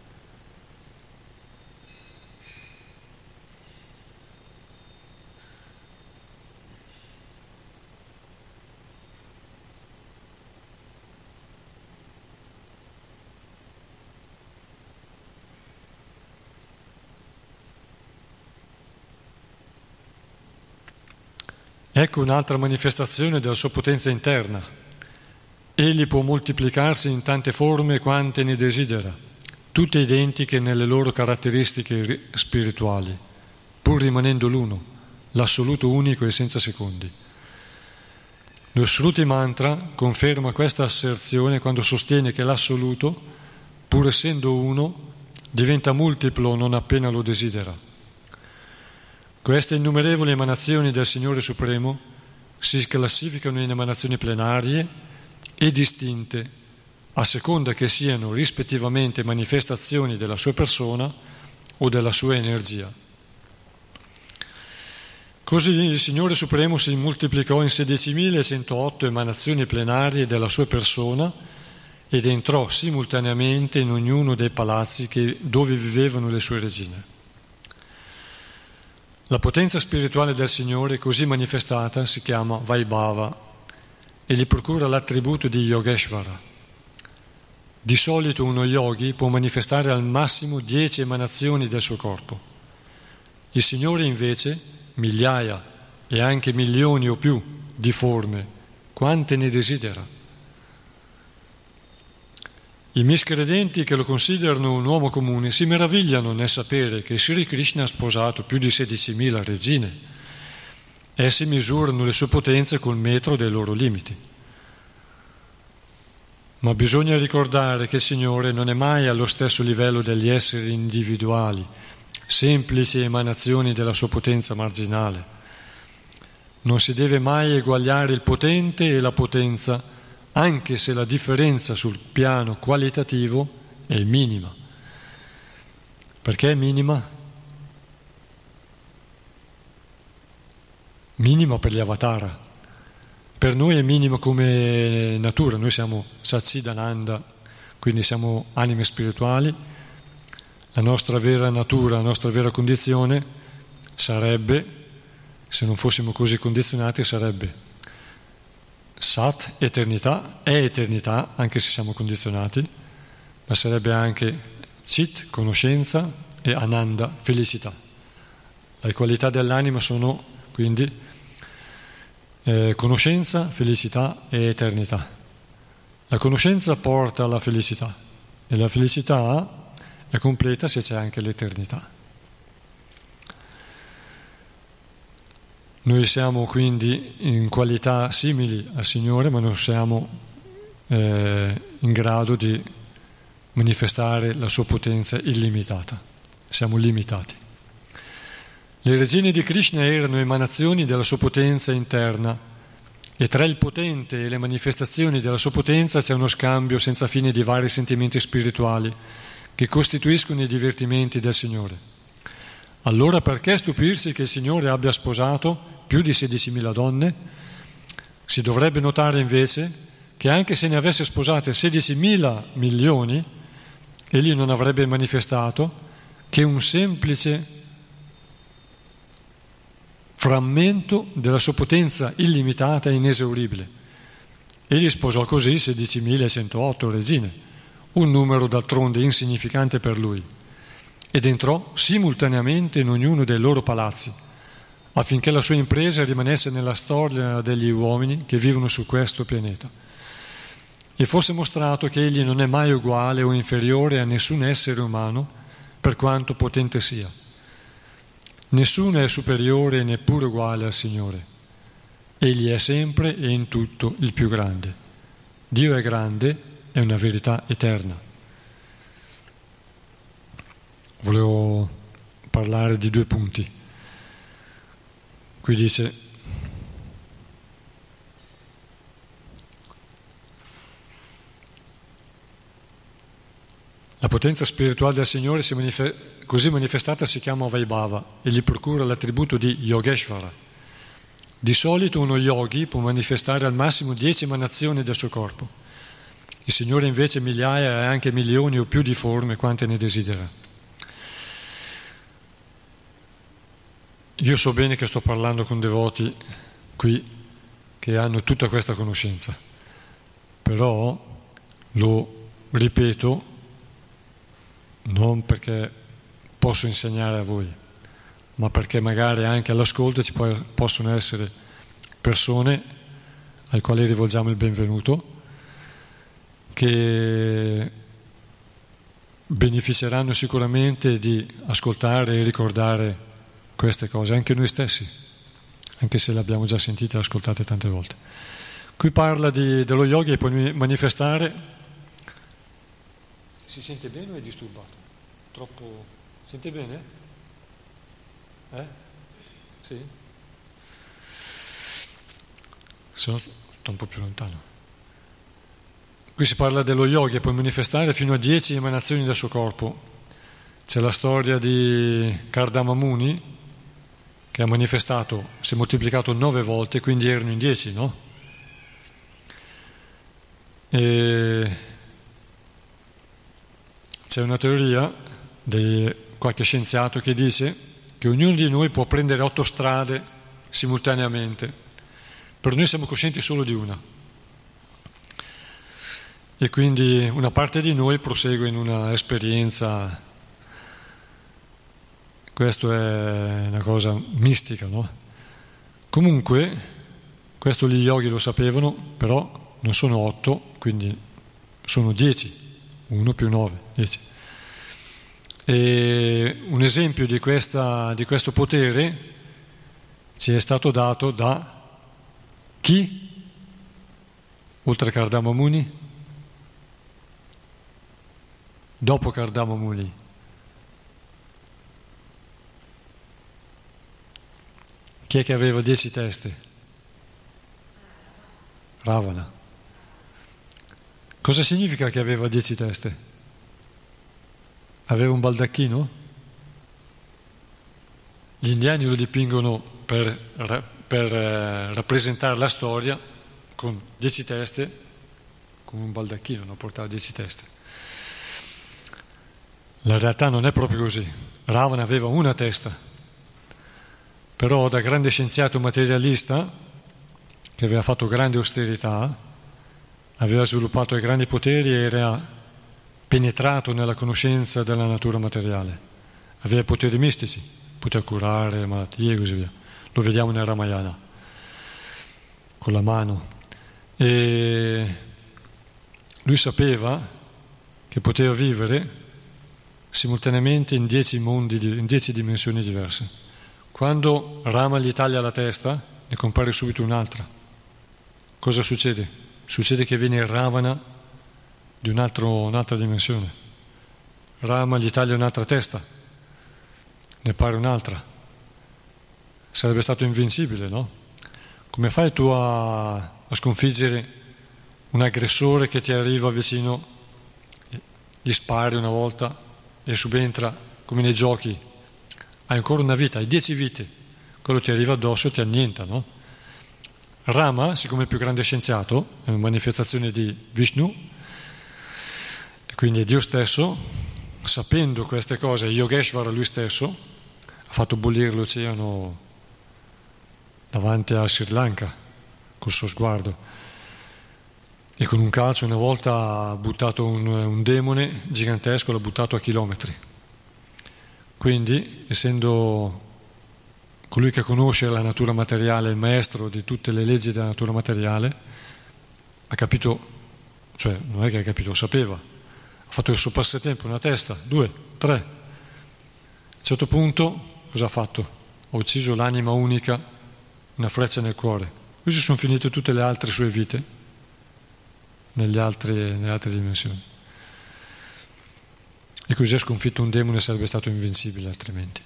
Ecco un'altra manifestazione della sua potenza interna. Egli può moltiplicarsi in tante forme quante ne desidera, tutte identiche nelle loro caratteristiche spirituali, pur rimanendo l'uno, l'assoluto unico e senza secondi. Lo Shruti Mantra conferma questa asserzione quando sostiene che l'assoluto, pur essendo uno, diventa multiplo non appena lo desidera. Queste innumerevoli emanazioni del Signore Supremo si classificano in emanazioni plenarie e distinte a seconda che siano rispettivamente manifestazioni della sua persona o della sua energia. Così il Signore Supremo si moltiplicò in 16.108 emanazioni plenarie della sua persona ed entrò simultaneamente in ognuno dei palazzi dove vivevano le sue regine. La potenza spirituale del Signore così manifestata si chiama Vaibhava e gli procura l'attributo di Yogeshvara. Di solito uno yogi può manifestare al massimo 10 emanazioni del suo corpo. Il Signore invece migliaia e anche milioni o più di forme, quante ne desidera. I miscredenti che lo considerano un uomo comune si meravigliano nel sapere che Sri Krishna ha sposato più di 16.000 regine. Essi misurano le sue potenze col metro dei loro limiti. Ma bisogna ricordare che il Signore non è mai allo stesso livello degli esseri individuali, semplici emanazioni della sua potenza marginale. Non si deve mai eguagliare il potente e la potenza, anche se la differenza sul piano qualitativo è minima. Perché è minima? Minima per gli avatara. Per noi è minima come natura, noi siamo Satchidananda, quindi siamo anime spirituali. La nostra vera natura, la nostra vera condizione sarebbe, se non fossimo così condizionati, sarebbe Sat, eternità, è eternità, anche se siamo condizionati, ma sarebbe anche Chit, conoscenza, e Ananda, felicità. Le qualità dell'anima sono quindi conoscenza, felicità e eternità. La conoscenza porta alla felicità e la felicità è completa se c'è anche l'eternità. Noi siamo quindi in qualità simili al Signore, ma non siamo in grado di manifestare la sua potenza illimitata. Siamo limitati. Le regine di Krishna erano emanazioni della sua potenza interna e tra il potente e le manifestazioni della sua potenza c'è uno scambio senza fine di vari sentimenti spirituali che costituiscono i divertimenti del Signore. Allora perché stupirsi che il Signore abbia sposato più di 16.000 donne? Si dovrebbe notare invece che anche se ne avesse sposate 16.000 milioni, egli non avrebbe manifestato che un semplice frammento della sua potenza illimitata e inesauribile. Egli sposò così 16.108 regine, un numero d'altronde insignificante per lui, ed entrò simultaneamente in ognuno dei loro palazzi, affinché la sua impresa rimanesse nella storia degli uomini che vivono su questo pianeta, e fosse mostrato che egli non è mai uguale o inferiore a nessun essere umano, per quanto potente sia. Nessuno è superiore e neppure uguale al Signore. Egli è sempre e in tutto il più grande. Dio è grande, è una verità eterna. Volevo parlare di 2 punti. Qui dice: la potenza spirituale del Signore così manifestata si chiama Vaibhava e gli procura l'attributo di Yogeshvara. Di solito uno yogi può manifestare al massimo 10 emanazioni del suo corpo. Il Signore invece migliaia e anche milioni o più di forme, quante ne desidera. Io so bene che sto parlando con devoti qui che hanno tutta questa conoscenza, però lo ripeto non perché posso insegnare a voi, ma perché magari anche all'ascolto ci possono essere persone ai quali rivolgiamo il benvenuto, che beneficeranno sicuramente di ascoltare e ricordare queste cose, anche noi stessi, anche se le abbiamo già sentite e ascoltate tante volte. Qui parla dello yogi e può manifestare. Si sente bene o è disturbato? Troppo. Sente bene? Sì? Se no sto un po' più lontano. Qui si parla dello yogi, può manifestare fino a 10 emanazioni del suo corpo. C'è la storia di Kardama Muni, che ha manifestato, si è moltiplicato 9 volte, quindi erano in 10, no? E c'è una teoria di qualche scienziato che dice che ognuno di noi può prendere 8 strade simultaneamente, però noi siamo coscienti solo di una. E quindi una parte di noi prosegue in una esperienza, questo è una cosa mistica, no? Comunque, questo gli yogi lo sapevano, però non sono 8, quindi sono 10, 1 più 9, 10. E un esempio di questo potere ci è stato dato da chi? Oltre a Kardama Muni? Dopo Kardama Muni. Chi è che aveva 10 teste? Ravana. Cosa significa che aveva 10 teste? Aveva un baldacchino? Gli indiani lo dipingono per rappresentare la storia con 10 teste, con un baldacchino, non portava 10 teste. La realtà non è proprio così. Ravana aveva una testa, però da grande scienziato materialista, che aveva fatto grande austerità, aveva sviluppato i grandi poteri e era penetrato nella conoscenza della natura materiale. Aveva poteri mistici, poteva curare malattie e così via. Lo vediamo nel Ramayana, con la mano. E lui sapeva che poteva vivere simultaneamente in 10 mondi, in 10 dimensioni diverse. Quando Rama gli taglia la testa, ne compare subito un'altra. Cosa succede? Succede che viene il Ravana di un'altra dimensione. Rama gli taglia un'altra testa, ne appare un'altra. Sarebbe stato invincibile, no? Come fai tu a sconfiggere un aggressore che ti arriva vicino, gli spari una volta e subentra, come nei giochi, hai ancora una vita, hai 10 vite, quello ti arriva addosso e ti annienta, no? Rama, siccome è il più grande scienziato, è una manifestazione di Vishnu, e quindi è Dio stesso, sapendo queste cose, Yogeshvara lui stesso, ha fatto bollire l'oceano davanti a Sri Lanka, col suo sguardo. E con un calcio una volta ha buttato un demone gigantesco, l'ha buttato a chilometri. Quindi, essendo colui che conosce la natura materiale, il maestro di tutte le leggi della natura materiale, ha capito, cioè non è che ha capito, lo sapeva, ha fatto il suo passatempo, una testa, 2, 3. A un certo punto cosa ha fatto? Ha ucciso l'anima unica, una freccia nel cuore. Così sono finite tutte le altre sue vite nelle altre dimensioni. E così ha sconfitto un demone, sarebbe stato invincibile altrimenti.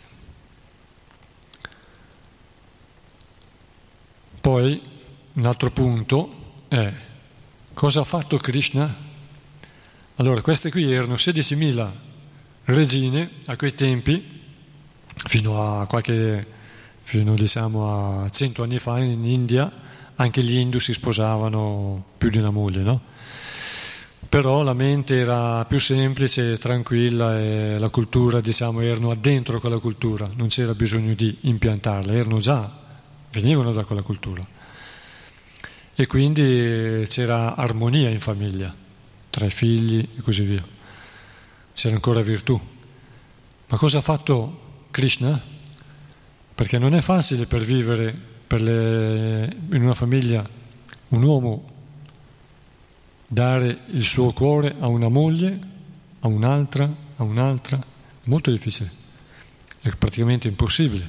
Poi un altro punto è cosa ha fatto Krishna? Allora, queste qui erano 16.000 regine a quei tempi, fino diciamo a 100 anni fa in India, anche gli Hindu si sposavano più di una moglie, no? Però la mente era più semplice, tranquilla e la cultura, diciamo, erano addentro quella cultura, non c'era bisogno di impiantarla, venivano da quella cultura. E quindi c'era armonia in famiglia, tra i figli e così via. C'era ancora virtù. Ma cosa ha fatto Krishna? Perché non è facile per vivere in una famiglia un uomo dare il suo cuore a una moglie, a un'altra, è molto difficile, è praticamente impossibile.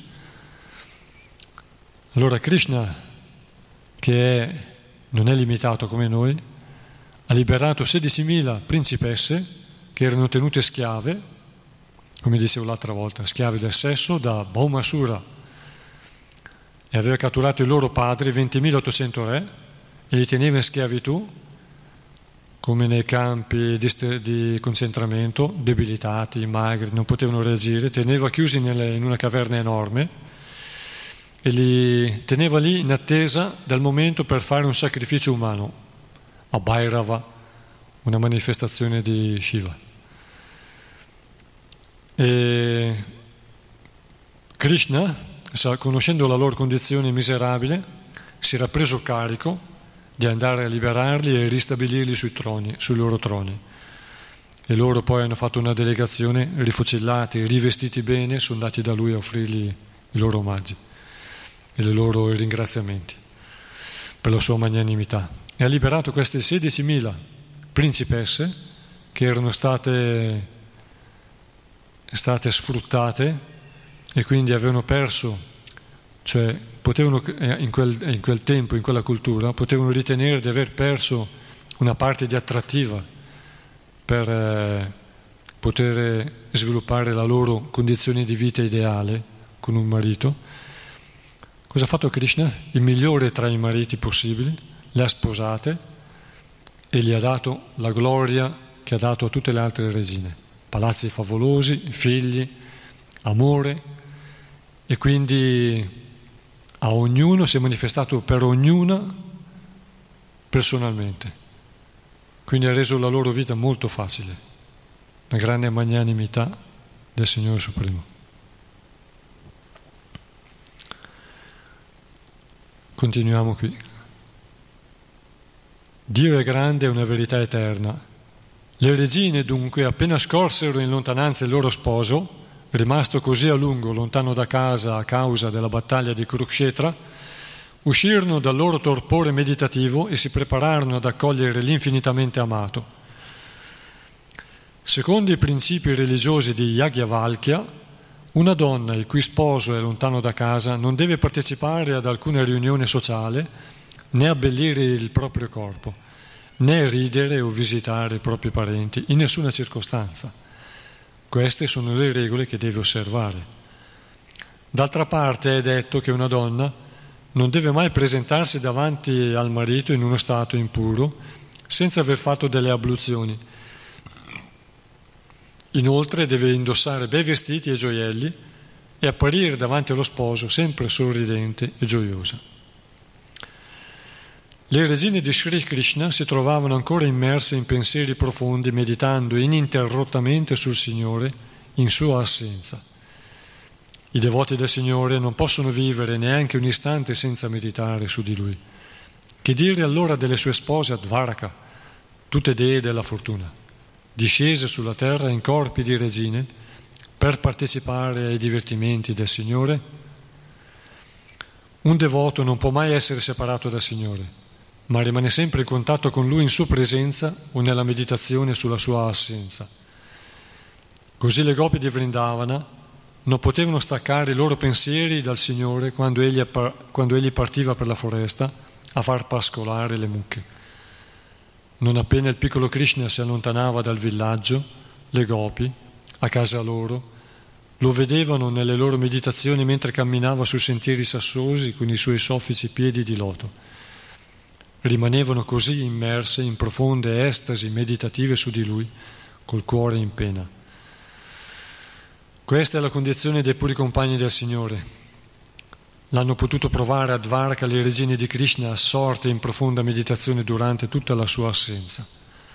Allora Krishna, che non è limitato come noi, ha liberato 16.000 principesse che erano tenute schiave, come dicevo l'altra volta, schiave del sesso da Bhaumasura, e aveva catturato i loro padri, 20.800 re, e li teneva in schiavitù come nei campi di concentramento, debilitati, magri, non potevano reagire, teneva chiusi in una caverna enorme e li teneva lì in attesa del momento per fare un sacrificio umano a Bhairava, una manifestazione di Shiva. E Krishna, conoscendo la loro condizione miserabile, si era preso carico di andare a liberarli e ristabilirli sui loro troni. E loro poi hanno fatto una delegazione, rifucillati, rivestiti bene, sono andati da lui a offrirgli i loro omaggi e i loro ringraziamenti per la sua magnanimità. E ha liberato queste 16.000 principesse che erano state sfruttate e quindi avevano perso, cioè potevano in quel tempo, in quella cultura, potevano ritenere di aver perso una parte di attrattiva per poter sviluppare la loro condizione di vita ideale con un marito. Cosa ha fatto Krishna? Il migliore tra i mariti possibili, le ha sposate e gli ha dato la gloria che ha dato a tutte le altre regine, palazzi favolosi, figli, amore, e quindi a ognuno si è manifestato per ognuna personalmente, quindi ha reso la loro vita molto facile, una grande magnanimità del Signore Supremo. Continuiamo qui. Dio è grande, è una verità eterna. Le regine dunque, appena scorsero in lontananza il loro sposo, rimasto così a lungo lontano da casa a causa della battaglia di Kurukshetra, uscirono dal loro torpore meditativo e si prepararono ad accogliere l'infinitamente amato. Secondo i principi religiosi di Yajnavalkya, una donna il cui sposo è lontano da casa non deve partecipare ad alcuna riunione sociale, né abbellire il proprio corpo, né ridere o visitare i propri parenti in nessuna circostanza. Queste sono le regole che deve osservare. D'altra parte è detto che una donna non deve mai presentarsi davanti al marito in uno stato impuro senza aver fatto delle abluzioni. Inoltre deve indossare bei vestiti e gioielli e apparire davanti allo sposo sempre sorridente e gioiosa. Le regine di Sri Krishna si trovavano ancora immerse in pensieri profondi, meditando ininterrottamente sul Signore in sua assenza. I devoti del Signore non possono vivere neanche un istante senza meditare su di Lui. Che dire allora delle sue spose a Dvaraka, tutte dee della fortuna, discese sulla terra in corpi di regine per partecipare ai divertimenti del Signore? Un devoto non può mai essere separato dal Signore, ma rimane sempre in contatto con Lui in sua presenza o nella meditazione sulla sua assenza. Così le gopi di Vrindavana non potevano staccare i loro pensieri dal Signore quando egli partiva per la foresta a far pascolare le mucche. Non appena il piccolo Krishna si allontanava dal villaggio, le gopi, a casa loro, lo vedevano nelle loro meditazioni mentre camminava sui sentieri sassosi con i suoi soffici piedi di loto. Rimanevano così immerse in profonde estasi meditative su di Lui, col cuore in pena. Questa è la condizione dei puri compagni del Signore. L'hanno potuto provare a Dvaraka le regine di Krishna assorte in profonda meditazione durante tutta la sua assenza.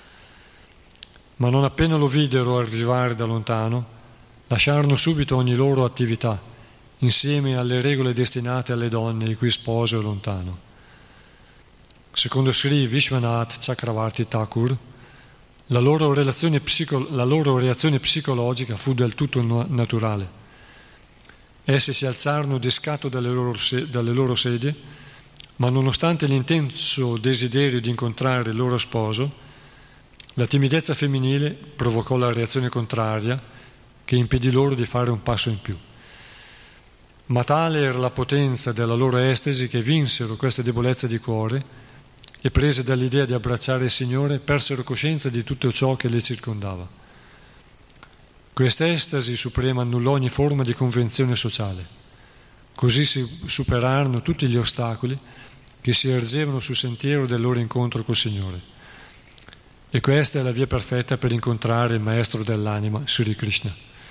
Ma non appena lo videro arrivare da lontano, lasciarono subito ogni loro attività, insieme alle regole destinate alle donne il cui sposo è lontano. Secondo Sri Vishwanath Chakravarti Thakur, la loro reazione psicologica fu del tutto naturale. Essi si alzarono di scatto dalle loro sedie, ma nonostante l'intenso desiderio di incontrare il loro sposo, la timidezza femminile provocò la reazione contraria che impedì loro di fare un passo in più. Ma tale era la potenza della loro estasi che vinsero queste debolezze di cuore e prese dall'idea di abbracciare il Signore, persero coscienza di tutto ciò che le circondava. Questa estasi suprema annullò ogni forma di convenzione sociale. Così si superarono tutti gli ostacoli che si ergevano sul sentiero del loro incontro col Signore. E questa è la via perfetta per incontrare il maestro dell'anima, Sri Krishna.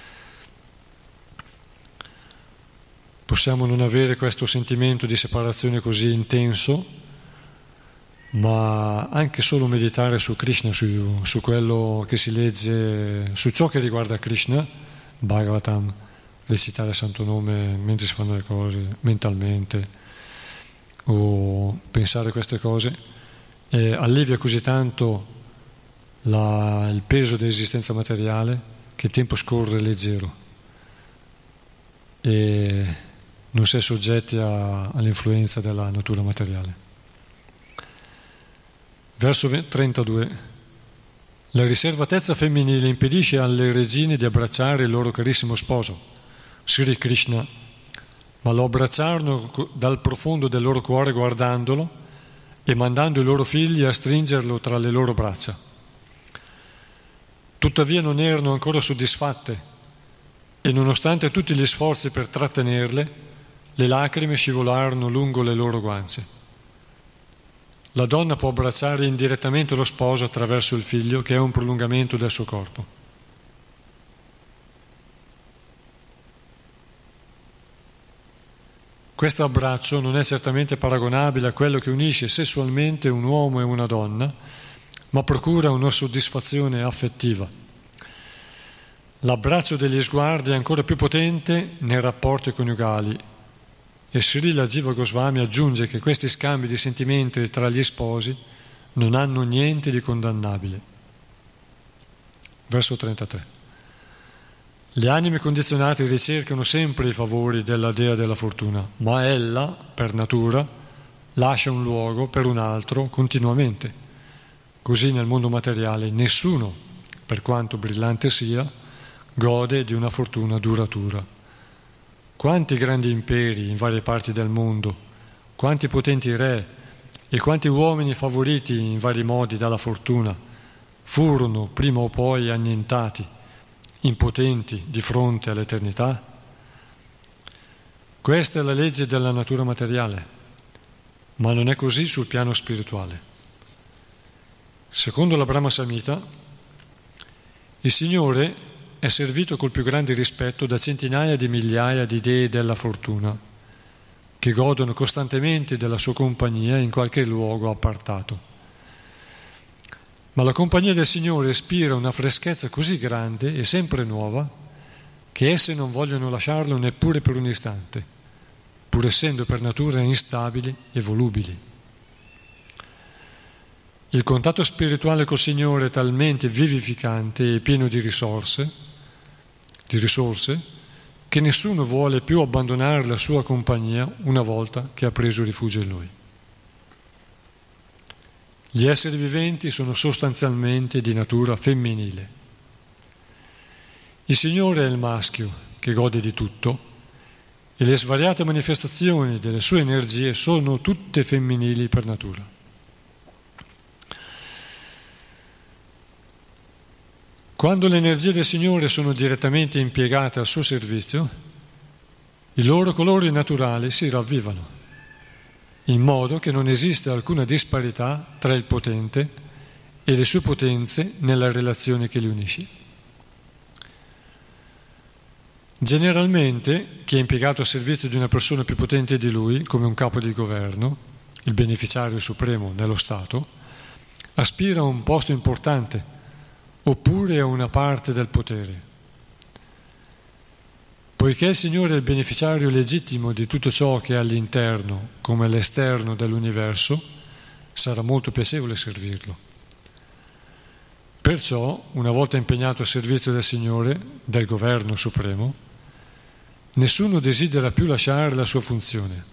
Possiamo non avere questo sentimento di separazione così intenso, ma anche solo meditare su Krishna, su quello che si legge, su ciò che riguarda Krishna, Bhagavatam, recitare il santo nome mentre si fanno le cose, mentalmente, o pensare a queste cose, allevia così tanto il peso dell'esistenza materiale che il tempo scorre leggero e non si è soggetti all'influenza della natura materiale. Verso 32. La riservatezza femminile impedisce alle regine di abbracciare il loro carissimo sposo, Sri Krishna, ma lo abbracciarono dal profondo del loro cuore guardandolo e mandando i loro figli a stringerlo tra le loro braccia. Tuttavia non erano ancora soddisfatte e nonostante tutti gli sforzi per trattenerle, le lacrime scivolarono lungo le loro guance. La donna può abbracciare indirettamente lo sposo attraverso il figlio, che è un prolungamento del suo corpo. Questo abbraccio non è certamente paragonabile a quello che unisce sessualmente un uomo e una donna, ma procura una soddisfazione affettiva. L'abbraccio degli sguardi è ancora più potente nei rapporti coniugali e Srila Jiva Goswami aggiunge che questi scambi di sentimenti tra gli sposi non hanno niente di condannabile. Verso 33. Le anime condizionate ricercano sempre i favori della dea della fortuna, ma ella, per natura, lascia un luogo per un altro continuamente. Così nel mondo materiale nessuno, per quanto brillante sia, gode di una fortuna duratura. Quanti grandi imperi in varie parti del mondo, quanti potenti re e quanti uomini favoriti in vari modi dalla fortuna furono prima o poi annientati, impotenti di fronte all'eternità? Questa è la legge della natura materiale, ma non è così sul piano spirituale. Secondo la Brahma Samhita, il Signore è servito col più grande rispetto da centinaia di migliaia di dei della fortuna, che godono costantemente della sua compagnia in qualche luogo appartato. Ma la compagnia del Signore ispira una freschezza così grande e sempre nuova che esse non vogliono lasciarlo neppure per un istante, pur essendo per natura instabili e volubili. Il contatto spirituale col Signore è talmente vivificante e pieno di risorse, che nessuno vuole più abbandonare la sua compagnia una volta che ha preso rifugio in Lui. Gli esseri viventi sono sostanzialmente di natura femminile. Il Signore è il maschio che gode di tutto e le svariate manifestazioni delle sue energie sono tutte femminili per natura. Quando le energie del Signore sono direttamente impiegate al suo servizio, i loro colori naturali si ravvivano, in modo che non esiste alcuna disparità tra il potente e le sue potenze nella relazione che li unisce. Generalmente, chi è impiegato al servizio di una persona più potente di lui, come un capo di governo, il beneficiario supremo nello Stato, aspira a un posto importante, oppure a una parte del potere. Poiché il Signore è il beneficiario legittimo di tutto ciò che è all'interno come all'esterno dell'universo, sarà molto piacevole servirlo. Perciò, una volta impegnato al servizio del Signore, del governo supremo, nessuno desidera più lasciare la sua funzione.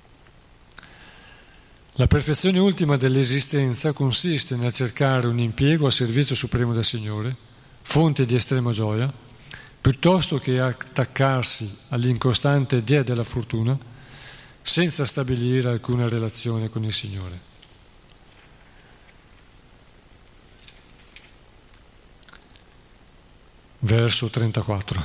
La perfezione ultima dell'esistenza consiste nel cercare un impiego al servizio supremo del Signore, fonte di estrema gioia, piuttosto che attaccarsi all'incostante dea della fortuna senza stabilire alcuna relazione con il Signore. Verso 34.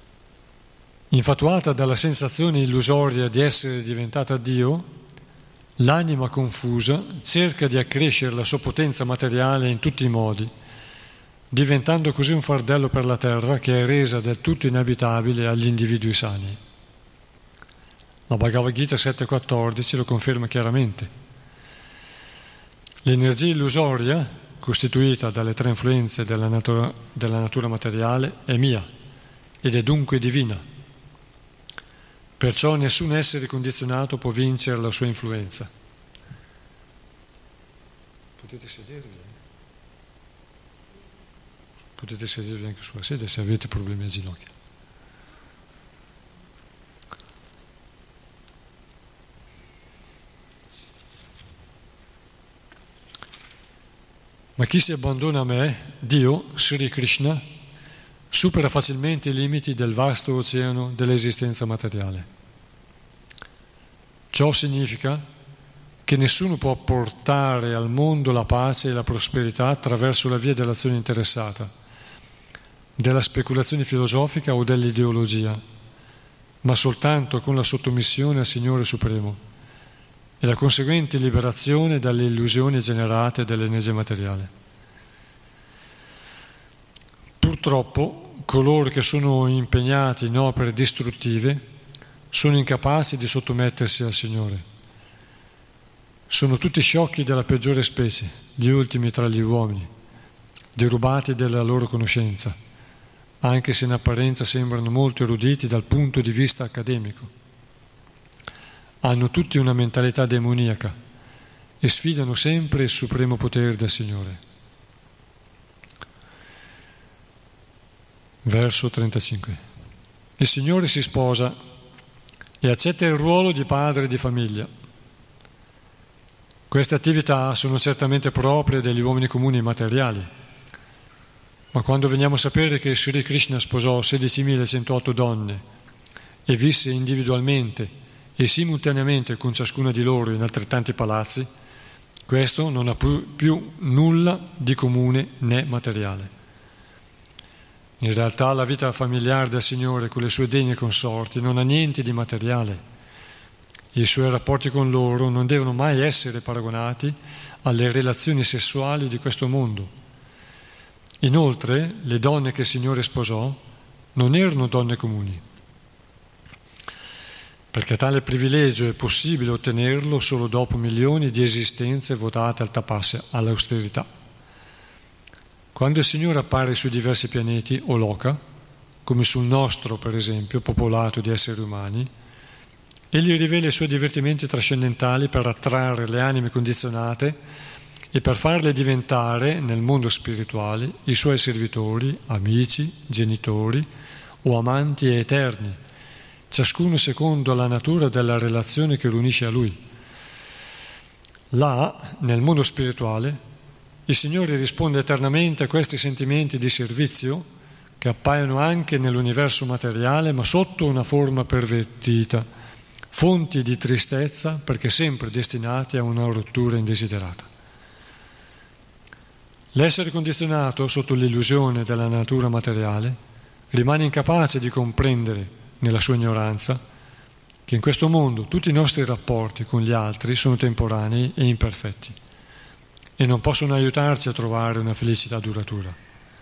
Infatuata dalla sensazione illusoria di essere diventata Dio, l'anima confusa cerca di accrescere la sua potenza materiale in tutti i modi, diventando così un fardello per la terra che è resa del tutto inabitabile agli individui sani. La Bhagavad Gita 7.14 lo conferma chiaramente. L'energia illusoria, costituita dalle tre influenze della natura materiale, è mia ed è dunque divina. Perciò nessun essere condizionato può vincere la sua influenza. Potete sedervi? Potete sedervi anche sulla sedia se avete problemi a ginocchia. Ma chi si abbandona a me, Dio, Sri Krishna, supera facilmente i limiti del vasto oceano dell'esistenza materiale. Ciò significa che nessuno può portare al mondo la pace e la prosperità attraverso la via dell'azione interessata, della speculazione filosofica o dell'ideologia, ma soltanto con la sottomissione al Signore Supremo e la conseguente liberazione dalle illusioni generate dall'energia materiale. Purtroppo, coloro che sono impegnati in opere distruttive sono incapaci di sottomettersi al Signore. Sono tutti sciocchi della peggiore specie, gli ultimi tra gli uomini, derubati della loro conoscenza, anche se in apparenza sembrano molto eruditi dal punto di vista accademico. Hanno tutti una mentalità demoniaca e sfidano sempre il supremo potere del Signore. Verso 35. Il Signore si sposa e accetta il ruolo di padre di famiglia. Queste attività sono certamente proprie degli uomini comuni materiali, ma quando veniamo a sapere che Sri Krishna sposò 16.108 donne e visse individualmente e simultaneamente con ciascuna di loro in altrettanti palazzi, questo non ha più nulla di comune né materiale. In realtà la vita familiare del Signore con le sue degne consorti non ha niente di materiale. I suoi rapporti con loro non devono mai essere paragonati alle relazioni sessuali di questo mondo. Inoltre, le donne che il Signore sposò non erano donne comuni, perché tale privilegio è possibile ottenerlo solo dopo milioni di esistenze votate al tapasya, all'austerità. Quando il Signore appare sui diversi pianeti o loka, come sul nostro per esempio, popolato di esseri umani, egli rivela i suoi divertimenti trascendentali per attrarre le anime condizionate e per farle diventare, nel mondo spirituale, i suoi servitori, amici, genitori o amanti eterni, ciascuno secondo la natura della relazione che lo unisce a Lui. Là, nel mondo spirituale, il Signore risponde eternamente a questi sentimenti di servizio che appaiono anche nell'universo materiale, ma sotto una forma pervertita, fonti di tristezza perché sempre destinati a una rottura indesiderata. L'essere condizionato sotto l'illusione della natura materiale rimane incapace di comprendere, nella sua ignoranza, che in questo mondo tutti i nostri rapporti con gli altri sono temporanei e imperfetti e non possono aiutarci a trovare una felicità duratura.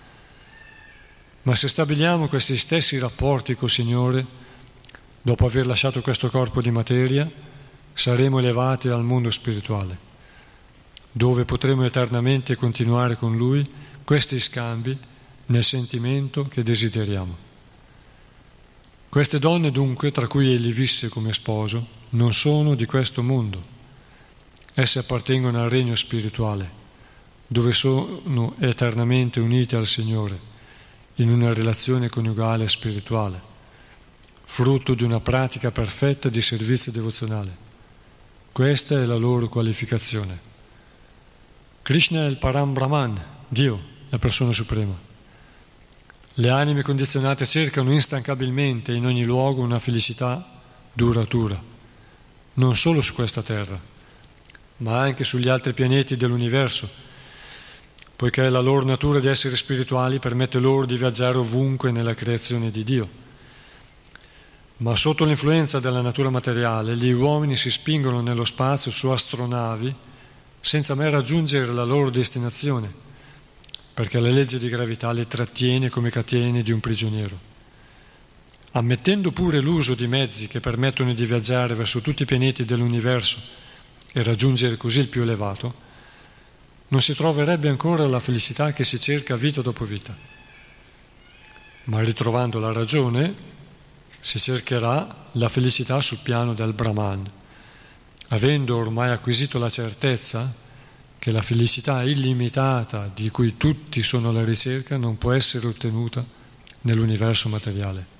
Ma se stabiliamo questi stessi rapporti col Signore, dopo aver lasciato questo corpo di materia, saremo elevati al mondo spirituale, dove potremo eternamente continuare con Lui questi scambi nel sentimento che desideriamo. Queste donne dunque, tra cui egli visse come sposo, non sono di questo mondo. Esse appartengono al regno spirituale, dove sono eternamente unite al Signore, in una relazione coniugale spirituale, frutto di una pratica perfetta di servizio devozionale. Questa è la loro qualificazione. Krishna è il Param Brahman, Dio, la persona suprema. Le anime condizionate cercano instancabilmente in ogni luogo una felicità duratura, non solo su questa terra, ma anche sugli altri pianeti dell'universo, poiché la loro natura di esseri spirituali permette loro di viaggiare ovunque nella creazione di Dio. Ma sotto l'influenza della natura materiale gli uomini si spingono nello spazio su astronavi senza mai raggiungere la loro destinazione, perché la legge di gravità li trattiene come catene di un prigioniero. Ammettendo pure l'uso di mezzi che permettono di viaggiare verso tutti i pianeti dell'universo e raggiungere così il più elevato, non si troverebbe ancora la felicità che si cerca vita dopo vita. Ma ritrovando la ragione, si cercherà la felicità sul piano del Brahman, avendo ormai acquisito la certezza che la felicità illimitata di cui tutti sono alla ricerca non può essere ottenuta nell'universo materiale.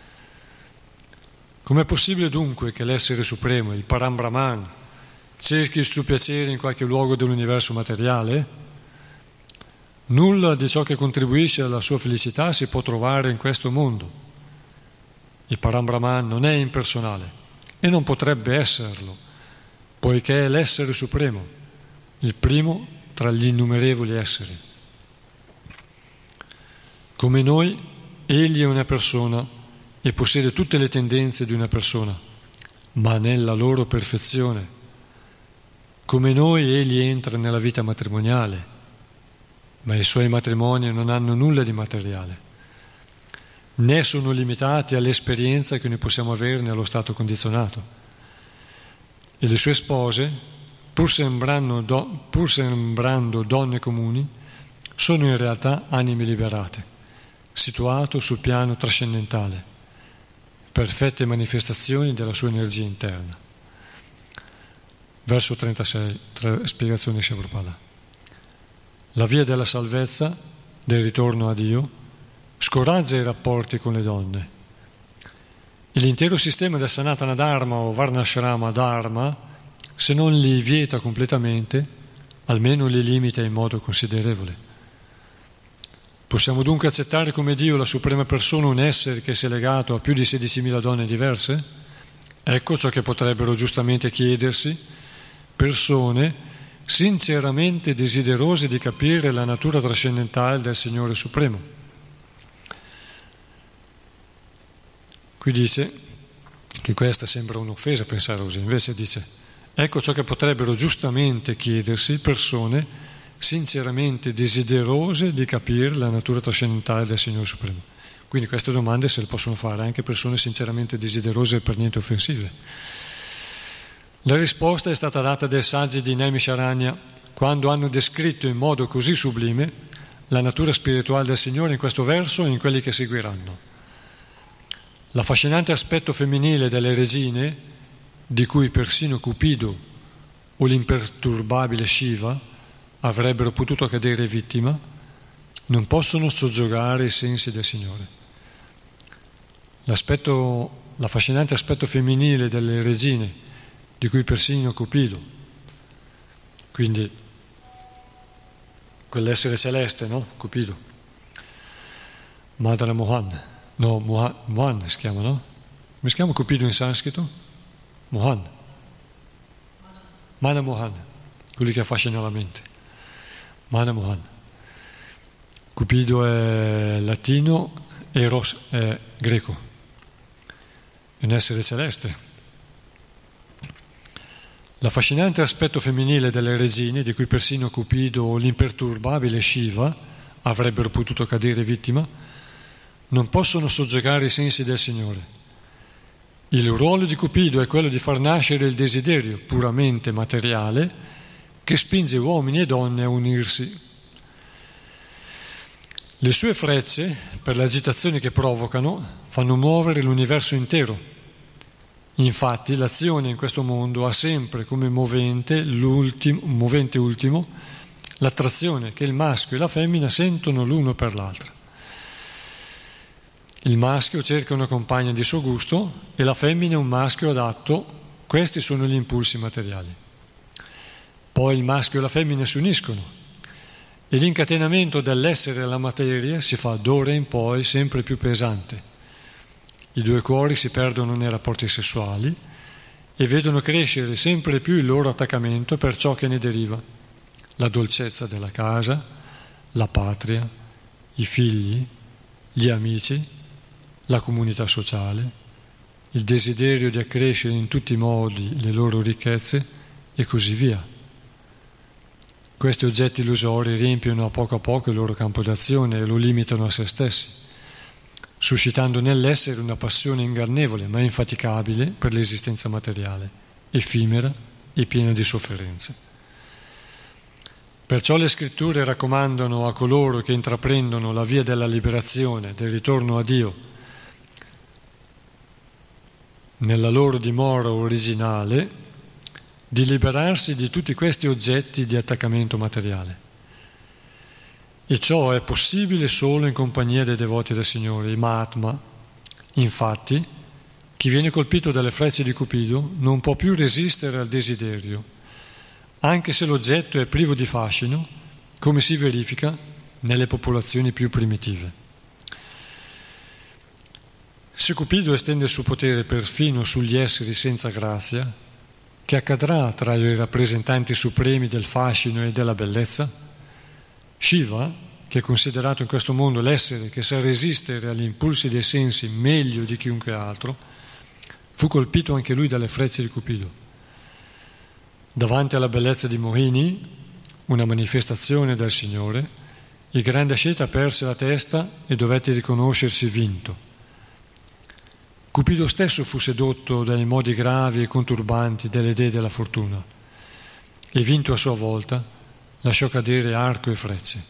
Com'è possibile dunque che l'essere supremo, il Param Brahman, cerchi il suo piacere in qualche luogo dell'universo materiale? Nulla di ciò che contribuisce alla sua felicità si può trovare in questo mondo. Il Param Brahman non è impersonale e non potrebbe esserlo, poiché è l'essere supremo, il primo tra gli innumerevoli esseri. Come noi, egli è una persona e possiede tutte le tendenze di una persona, ma nella loro perfezione. Come noi, egli entra nella vita matrimoniale, ma i suoi matrimoni non hanno nulla di materiale, né sono limitati all'esperienza che noi possiamo averne allo stato condizionato. E le sue spose, pur sembrando donne comuni, sono in realtà anime liberate, situato sul piano trascendentale, perfette manifestazioni della sua energia interna. Verso 36, spiegazione di Srila Prabhupada. La via della salvezza, del ritorno a Dio, scoraggia i rapporti con le donne. E l'intero sistema del Sanatana Dharma o Varnashrama Dharma, se non li vieta completamente, almeno li limita in modo considerevole. Possiamo dunque accettare come Dio, la Suprema Persona, un essere che si è legato a più di 16.000 donne diverse? Ecco ciò che potrebbero giustamente chiedersi persone sinceramente desiderose di capire la natura trascendentale del Signore Supremo. Qui dice che questa sembra un'offesa pensare così, invece dice: ecco ciò che potrebbero giustamente chiedersi persone sinceramente desiderose di capire la natura trascendentale del Signore Supremo. Quindi queste domande se le possono fare anche persone sinceramente desiderose e per niente offensive. La risposta è stata data dai saggi di Naimisharanya quando hanno descritto in modo così sublime la natura spirituale del Signore in questo verso e in quelli che seguiranno. L'affascinante aspetto femminile delle regine, di cui persino Cupido o l'imperturbabile Shiva avrebbero potuto cadere vittima, non possono soggiogare i sensi del Signore. L'affascinante aspetto femminile delle regine, di cui persino Cupido, quindi quell'essere celeste, no? Cupido, Madara Mohan. No, Mohan si chiama, no? Come si chiama Cupido in sanscrito? Mohan. Mana Mohan, quelli che affascinano la mente. Mana Mohan. Cupido è latino, Eros è greco. È un essere celeste. L'affascinante aspetto femminile delle regine, di cui persino Cupido o l'imperturbabile Shiva avrebbero potuto cadere vittima, non possono soggiogare i sensi del Signore. Il ruolo di Cupido è quello di far nascere il desiderio puramente materiale che spinge uomini e donne a unirsi. Le sue frecce, per le agitazioni che provocano, fanno muovere l'universo intero. Infatti l'azione in questo mondo ha sempre come movente ultimo l'attrazione che il maschio e la femmina sentono l'uno per l'altra. Il maschio cerca una compagna di suo gusto e la femmina un maschio adatto. Questi sono gli impulsi materiali. Poi il maschio e la femmina si uniscono e l'incatenamento dell'essere alla materia si fa d'ora in poi sempre più pesante. I due cuori si perdono nei rapporti sessuali e vedono crescere sempre più il loro attaccamento per ciò che ne deriva: la dolcezza della casa, la patria, i figli, gli amici, la comunità sociale, il desiderio di accrescere in tutti i modi le loro ricchezze e così via. Questi oggetti illusori riempiono a poco il loro campo d'azione e lo limitano a se stessi, suscitando nell'essere una passione ingannevole ma infaticabile per l'esistenza materiale, effimera e piena di sofferenze. Perciò le scritture raccomandano a coloro che intraprendono la via della liberazione, del ritorno a Dio, nella loro dimora originale, di liberarsi di tutti questi oggetti di attaccamento materiale. E ciò è possibile solo in compagnia dei devoti del Signore, i Mahatma. Infatti, chi viene colpito dalle frecce di Cupido non può più resistere al desiderio, anche se l'oggetto è privo di fascino, come si verifica nelle popolazioni più primitive. Se Cupido estende il suo potere perfino sugli esseri senza grazia, che accadrà tra i rappresentanti supremi del fascino e della bellezza? Shiva, che è considerato in questo mondo l'essere che sa resistere agli impulsi dei sensi meglio di chiunque altro, fu colpito anche lui dalle frecce di Cupido. Davanti alla bellezza di Mohini, una manifestazione del Signore, il grande asceta perse la testa e dovette riconoscersi vinto. Cupido stesso fu sedotto dai modi gravi e conturbanti delle dee della fortuna e, vinto a sua volta, lasciò cadere arco e frecce.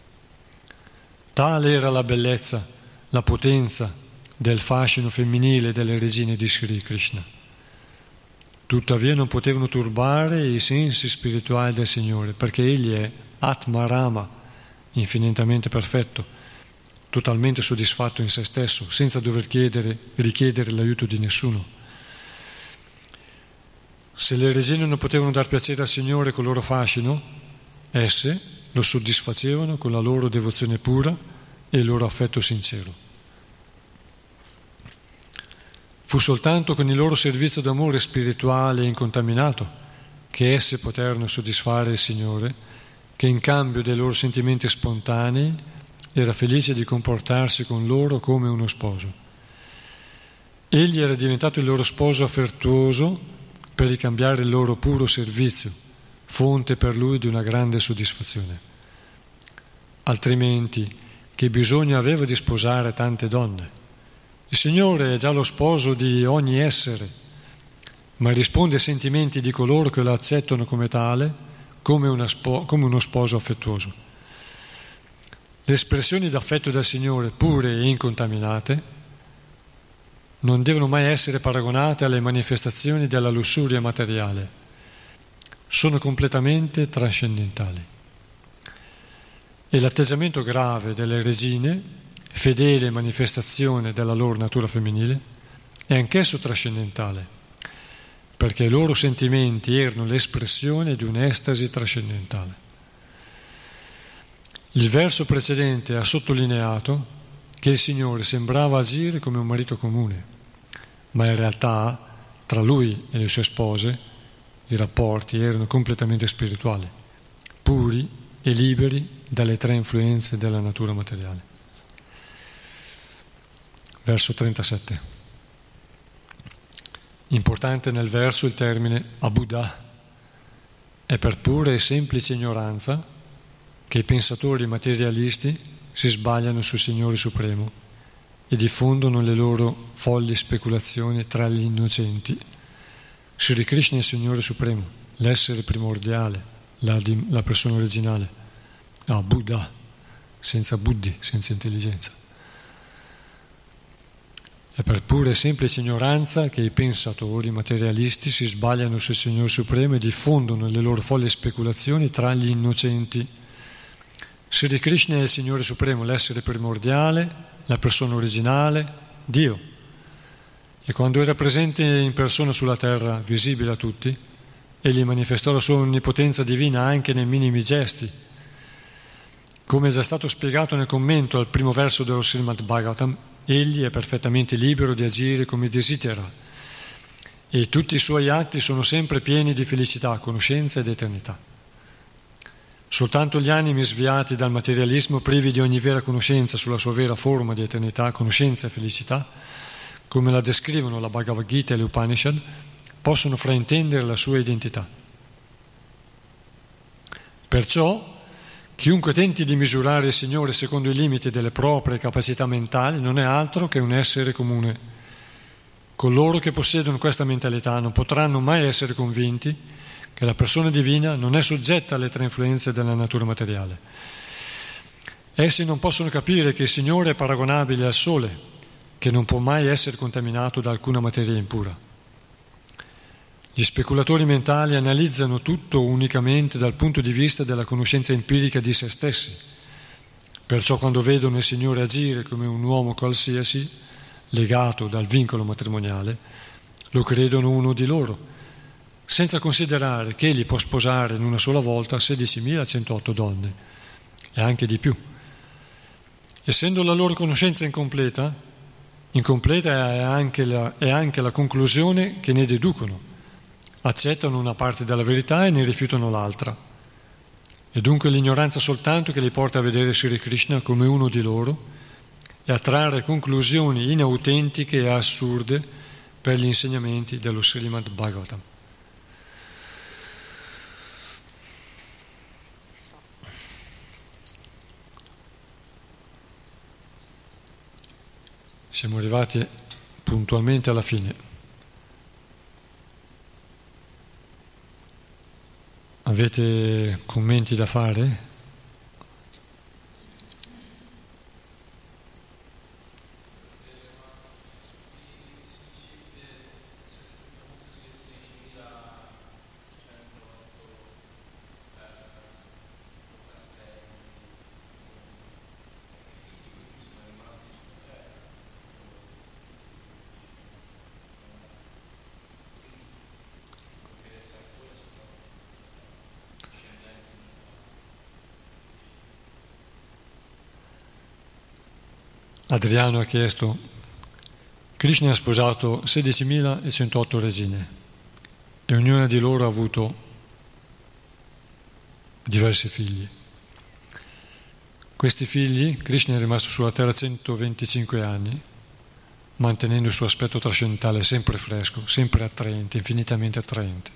Tale era la bellezza, la potenza del fascino femminile delle regine di Sri Krishna. Tuttavia non potevano turbare i sensi spirituali del Signore, perché Egli è Atma Rama, infinitamente perfetto, totalmente soddisfatto in se stesso, senza dover richiedere l'aiuto di nessuno. Se le regine non potevano dar piacere al Signore col loro fascino, esse lo soddisfacevano con la loro devozione pura e il loro affetto sincero. Fu soltanto con il loro servizio d'amore spirituale e incontaminato che esse poterono soddisfare il Signore, che in cambio dei loro sentimenti spontanei era felice di comportarsi con loro come uno sposo. Egli era diventato il loro sposo affettuoso per ricambiare il loro puro servizio, fonte per lui di una grande soddisfazione. Altrimenti, che bisogno aveva di sposare tante donne? Il Signore è già lo sposo di ogni essere, ma risponde ai sentimenti di coloro che lo accettano come tale, come uno sposo affettuoso. Le espressioni d'affetto del Signore, pure e incontaminate, non devono mai essere paragonate alle manifestazioni della lussuria materiale. Sono completamente trascendentali. E l'atteggiamento grave delle regine, fedele manifestazione della loro natura femminile, è anch'esso trascendentale, perché i loro sentimenti erano l'espressione di un'estasi trascendentale. Il verso precedente ha sottolineato che il Signore sembrava agire come un marito comune, ma in realtà tra lui e le sue spose i rapporti erano completamente spirituali, puri e liberi dalle tre influenze della natura materiale. Verso 37. Importante nel verso il termine abuddha. È per pura e semplice ignoranza che i pensatori materialisti si sbagliano sul Signore Supremo e diffondono le loro folli speculazioni tra gli innocenti. Sri Krishna è il Signore Supremo, l'essere primordiale, la persona originale, Buddha, senza buddhi, senza intelligenza. È per pura e semplice ignoranza che i pensatori materialisti si sbagliano sul Signore Supremo e diffondono le loro folli speculazioni tra gli innocenti. Sri Krishna è il Signore Supremo, l'essere primordiale, la persona originale, Dio. E quando era presente in persona sulla terra, visibile a tutti, egli manifestò la sua onnipotenza divina anche nei minimi gesti. Come è già stato spiegato nel commento al primo verso dello Srimad Bhagavatam, egli è perfettamente libero di agire come desidera e tutti i suoi atti sono sempre pieni di felicità, conoscenza ed eternità. Soltanto gli animi sviati dal materialismo, privi di ogni vera conoscenza sulla sua vera forma di eternità, conoscenza e felicità, come la descrivono la Bhagavad Gita e le Upanishad, possono fraintendere la sua identità. Perciò, chiunque tenti di misurare il Signore secondo i limiti delle proprie capacità mentali non è altro che un essere comune. Coloro che possiedono questa mentalità non potranno mai essere convinti che la persona divina non è soggetta alle tre influenze della natura materiale. Essi non possono capire che il Signore è paragonabile al Sole, che non può mai essere contaminato da alcuna materia impura. Gli speculatori mentali analizzano tutto unicamente dal punto di vista della conoscenza empirica di se stessi. Perciò quando vedono il Signore agire come un uomo qualsiasi, legato dal vincolo matrimoniale, lo credono uno di loro, senza considerare che egli può sposare in una sola volta 16.108 donne, e anche di più. Essendo la loro conoscenza incompleta è anche la conclusione che ne deducono. Accettano una parte della verità e ne rifiutano l'altra. E dunque l'ignoranza soltanto che li porta a vedere Sri Krishna come uno di loro e a trarre conclusioni inautentiche e assurde per gli insegnamenti dello Srimad Bhagavatam. Siamo arrivati puntualmente alla fine. Avete commenti da fare? Adriano ha chiesto: Krishna ha sposato 16.108 regine e ognuna di loro ha avuto diversi figli. Questi figli, Krishna è rimasto sulla terra 125 anni, mantenendo il suo aspetto trascendentale sempre fresco, sempre attraente, infinitamente attraente.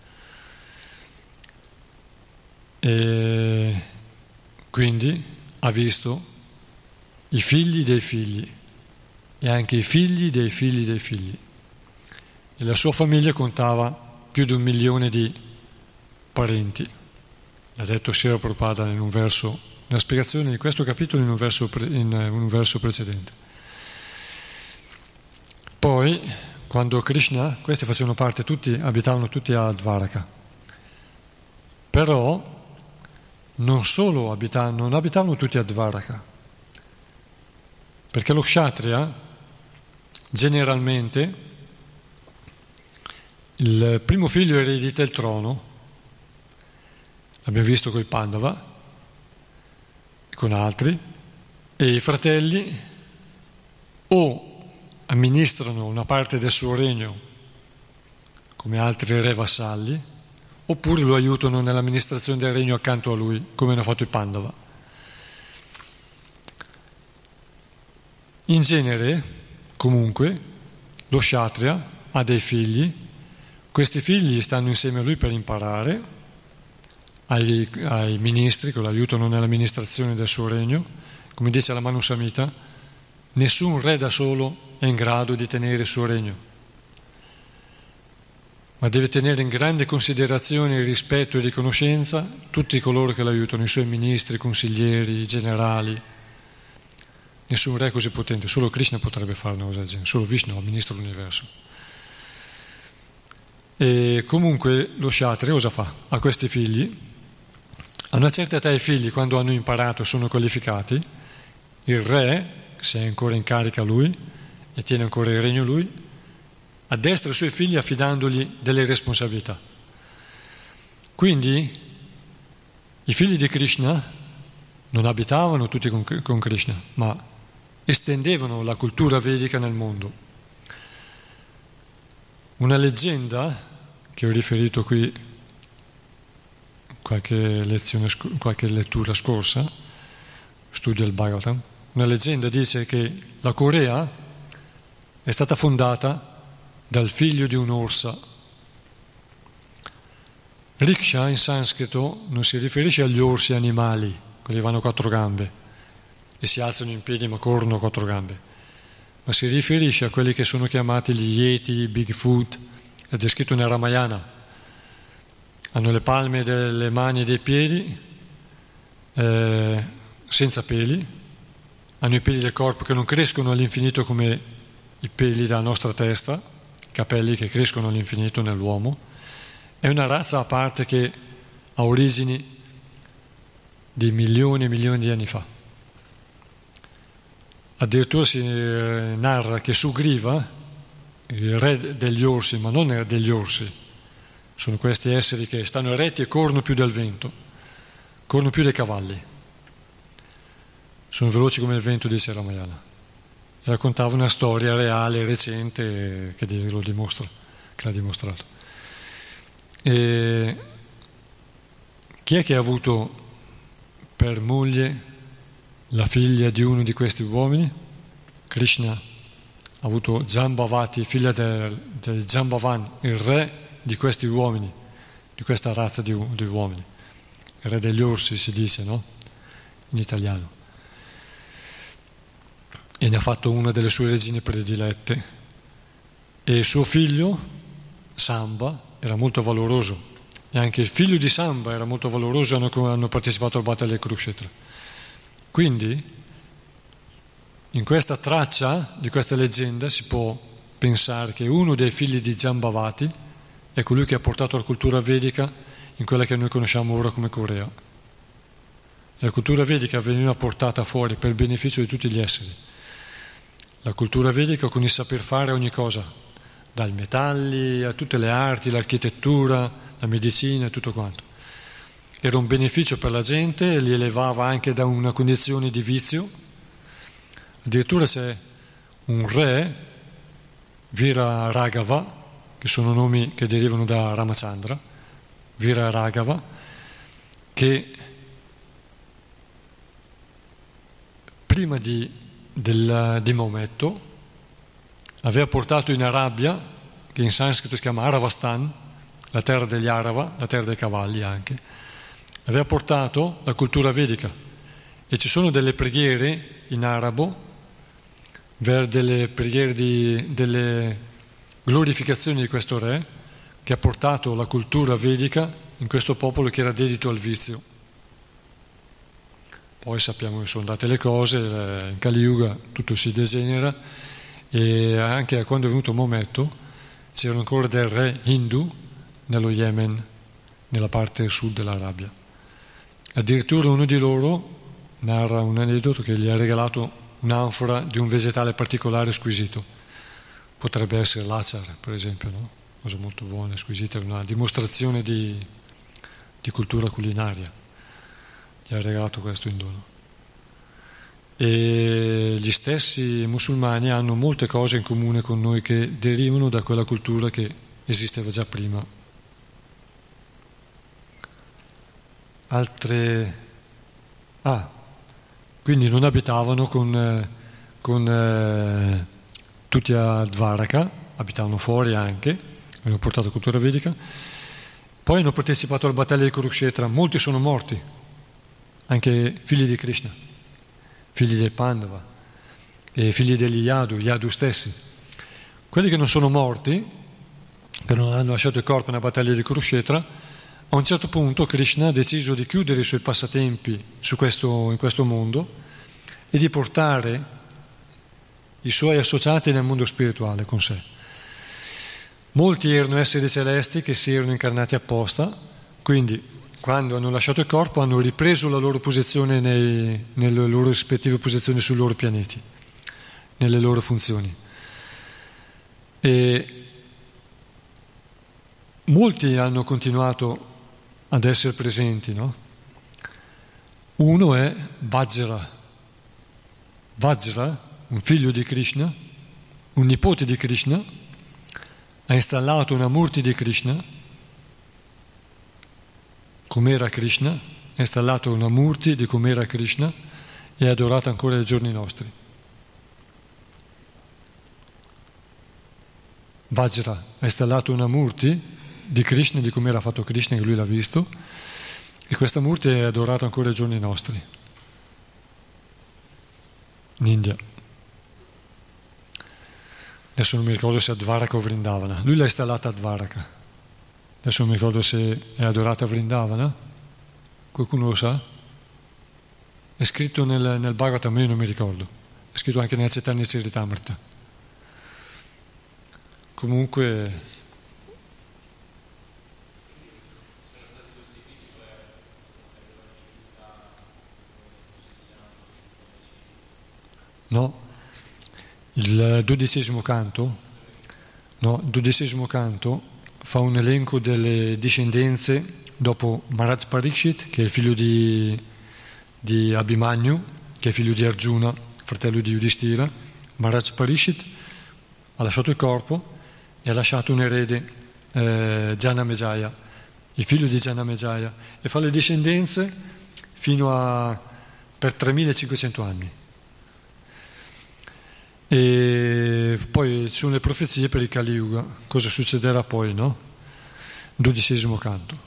E quindi ha visto i figli dei figli e anche i figli dei figli dei figli. E la sua famiglia contava più di 1 milione di parenti. L'ha detto Srila Prabhupada in un verso, nella spiegazione di questo capitolo in un verso precedente. Poi, quando Krishna, questi facevano parte abitavano tutti a Dvaraka. Però non abitavano tutti a Dvaraka. Perché lo kshatriya, generalmente, il primo figlio eredita il trono, l'abbiamo visto con i Pandava, con altri, e i fratelli o amministrano una parte del suo regno, come altri re vassalli, oppure lo aiutano nell'amministrazione del regno accanto a lui, come hanno fatto i Pandava. In genere, comunque, lo kshatriya ha dei figli, questi figli stanno insieme a lui per imparare, ai ministri che lo aiutano nell'amministrazione del suo regno. Come dice la Manu Samhita, nessun re da solo è in grado di tenere il suo regno, ma deve tenere in grande considerazione il rispetto e riconoscenza tutti coloro che lo aiutano, i suoi ministri, i consiglieri, i generali. Nessun re è così potente, solo Krishna potrebbe fare una cosa del genere, solo Vishnu amministra l'universo. E comunque lo kshatriya cosa fa? Ha questi figli, a una certa età i figli, quando hanno imparato e sono qualificati, il re, se è ancora in carica lui e tiene ancora il regno lui, addestra i suoi figli affidandogli delle responsabilità. Quindi i figli di Krishna non abitavano tutti con Krishna, ma estendevano la cultura vedica nel mondo. Una leggenda che ho riferito qui qualche lettura scorsa, studio del Bhagavatam, una leggenda dice che la Corea è stata fondata dal figlio di un'orsa. Riksha in sanscrito non si riferisce agli orsi animali, quelli che vanno a 4 gambe e si alzano in piedi ma corrono a 4 gambe, ma si riferisce a quelli che sono chiamati gli Yeti, Bigfoot, è descritto nel Ramayana. Hanno le palme delle mani e dei piedi senza peli, hanno i peli del corpo che non crescono all'infinito come i peli della nostra testa, i capelli che crescono all'infinito nell'uomo. È una razza a parte che ha origini di milioni e milioni di anni fa. Addirittura si narra che Sugriva, il re degli orsi, ma non degli orsi, sono questi esseri che stanno eretti e corrono più del vento, corrono più dei cavalli, sono veloci come il vento, dice Ramayana. E raccontava una storia reale, recente, che lo dimostra, che l'ha dimostrato. E chi è che ha avuto per moglie la figlia di uno di questi uomini? Krishna ha avuto Jambavati, figlia del Jambavan, il re di questi uomini, di questa razza di uomini, il re degli orsi si dice, no? In italiano. E ne ha fatto una delle sue regine predilette. E suo figlio, Samba, era molto valoroso, e anche il figlio di Samba era molto valoroso, hanno partecipato alla battaglia di Kurukshetra. Quindi in questa traccia di questa leggenda si può pensare che uno dei figli di Jambavati è colui che ha portato la cultura vedica in quella che noi conosciamo ora come Corea. La cultura vedica veniva portata fuori per il beneficio di tutti gli esseri. La cultura vedica con il saper fare ogni cosa, dai metalli a tutte le arti, l'architettura, la medicina e tutto quanto. Era un beneficio per la gente e li elevava anche da una condizione di vizio. Addirittura c'è un re, Vira Raghava, che sono nomi che derivano da Ramachandra, Vira Raghava, che prima di Maometto aveva portato in Arabia, che in sanscrito si chiama Aravastan, la terra degli Arava, la terra dei cavalli anche, aveva portato la cultura vedica, e ci sono delle preghiere in arabo, delle preghiere delle glorificazioni di questo re, che ha portato la cultura vedica in questo popolo che era dedito al vizio. Poi sappiamo che sono andate le cose, in Kali Yuga tutto si degenera, e anche quando è venuto Maometto c'erano ancora dei re hindu nello Yemen, nella parte sud dell'Arabia. Addirittura uno di loro narra un aneddoto che gli ha regalato un'anfora di un vegetale particolare squisito. Potrebbe essere l'achar, per esempio, no? Cosa molto buona, squisita, una dimostrazione di cultura culinaria. Gli ha regalato questo in dono. E gli stessi musulmani hanno molte cose in comune con noi che derivano da quella cultura che esisteva già prima. Quindi non abitavano con tutti a Dvaraka, abitavano fuori anche, hanno portato cultura vedica. Poi hanno partecipato alla battaglia di Kurukshetra, molti sono morti, anche figli di Krishna, figli dei Pandava e figli degli Yadu stessi. Quelli che non sono morti, che non hanno lasciato il corpo nella battaglia di Kurukshetra, a un certo punto Krishna ha deciso di chiudere i suoi passatempi in questo mondo e di portare i suoi associati nel mondo spirituale con sé. Molti erano esseri celesti che si erano incarnati apposta, quindi quando hanno lasciato il corpo hanno ripreso la loro posizione nelle loro rispettive posizioni sui loro pianeti, nelle loro funzioni. E molti hanno continuato ad essere presenti, no? Uno è Vajra, un figlio di Krishna, un nipote di Krishna, ha installato una murti di Krishna. Com'era Krishna, ha installato una murti di com'era Krishna e è adorata ancora ai giorni nostri. Vajra ha installato una murti di Krishna, di come era fatto Krishna, che lui l'ha visto, e questa murti è adorata ancora ai giorni nostri in India. Adesso non mi ricordo se a Dvaraka o Vrindavana. Lui l'ha installata a Dvaraka. Adesso non mi ricordo se è adorata a Vrindavana. Qualcuno lo sa? È scritto nel Bhagavatam, io non mi ricordo. È scritto anche nel Chaitanya Charitamrita. Comunque... No? Il dodicesimo canto fa un elenco delle discendenze dopo Maharaj Parikshit, che è il figlio di Abhimanyu, che è figlio di Arjuna, fratello di Yudhishthira. Maharaj Parikshit ha lasciato il corpo e ha lasciato un erede, Janamejaya, il figlio di Janamejaya, e fa le discendenze per 3500 anni. E poi ci sono le profezie per il Kali Yuga, cosa succederà poi, no? 12° canto.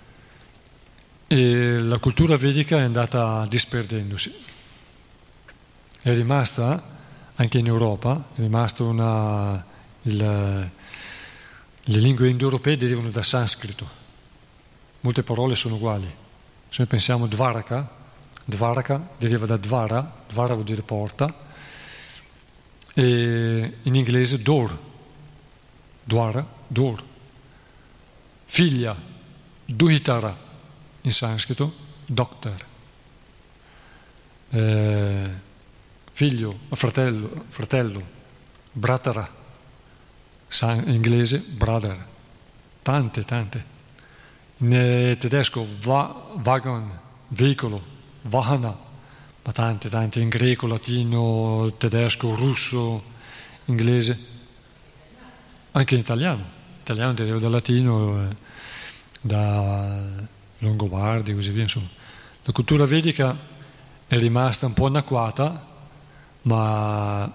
E la cultura vedica è andata disperdendosi, è rimasta anche in Europa, è rimasta le lingue indoeuropee derivano dal sanscrito, molte parole sono uguali. Se noi pensiamo Dvaraka deriva da Dvara vuol dire porta, e in inglese door, figlia, duhitara, in sanscrito doctor, figlio, fratello, bratara, in inglese brother, tante. In tedesco wagon, veicolo, vahana, ma tante, in greco, latino, tedesco, russo, inglese, anche in italiano. L'italiano deriva dal latino, da Longobardi e così via. Insomma, la cultura vedica è rimasta un po' anacquata, ma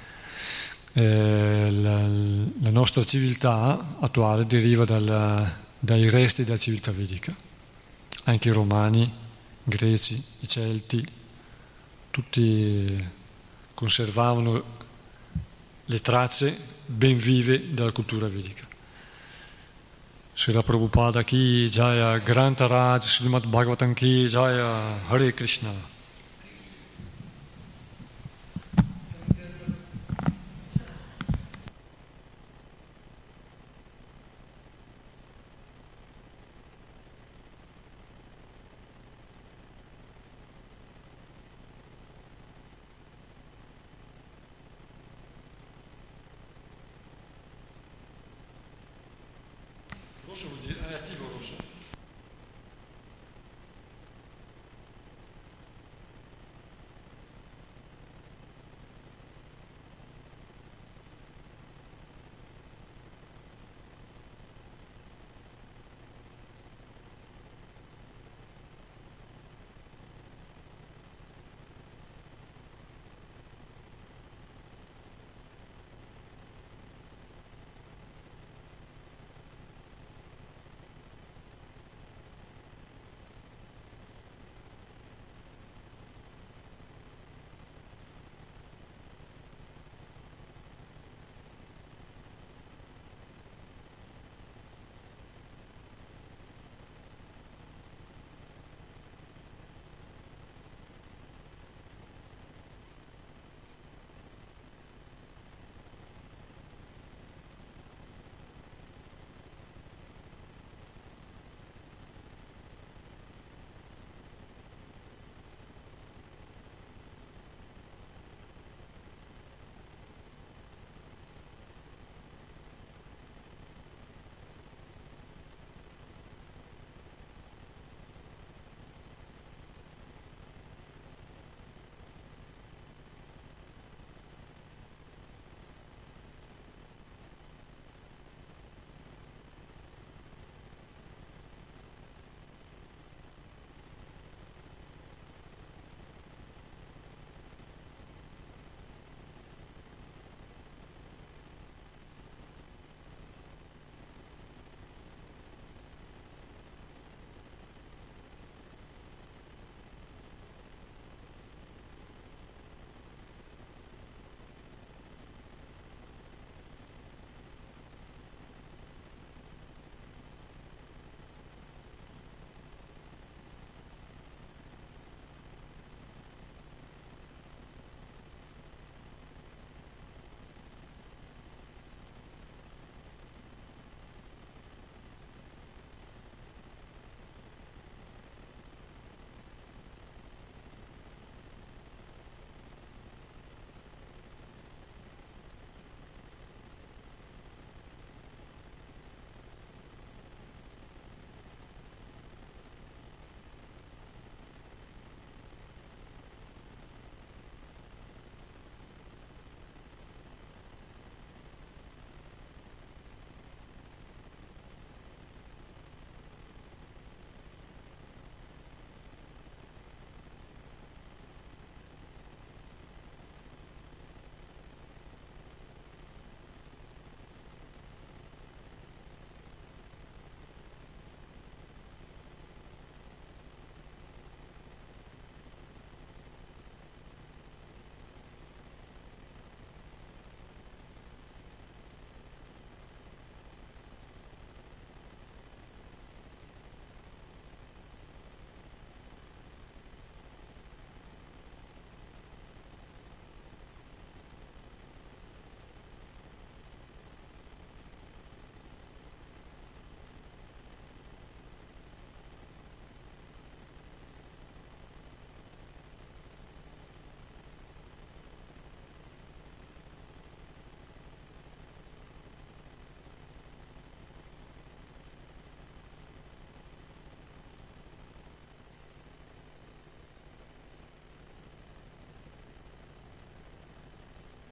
la nostra civiltà attuale deriva dai resti della civiltà vedica. Anche i romani, i greci, i celti, tutti conservavano le tracce ben vive della cultura vedica. Srila Prabhupada ki Jaya, Grantha Raj, Srimad Bhagavatam ki Jaya, Hare Krishna. Rosso vuol dire, è attivo rosso.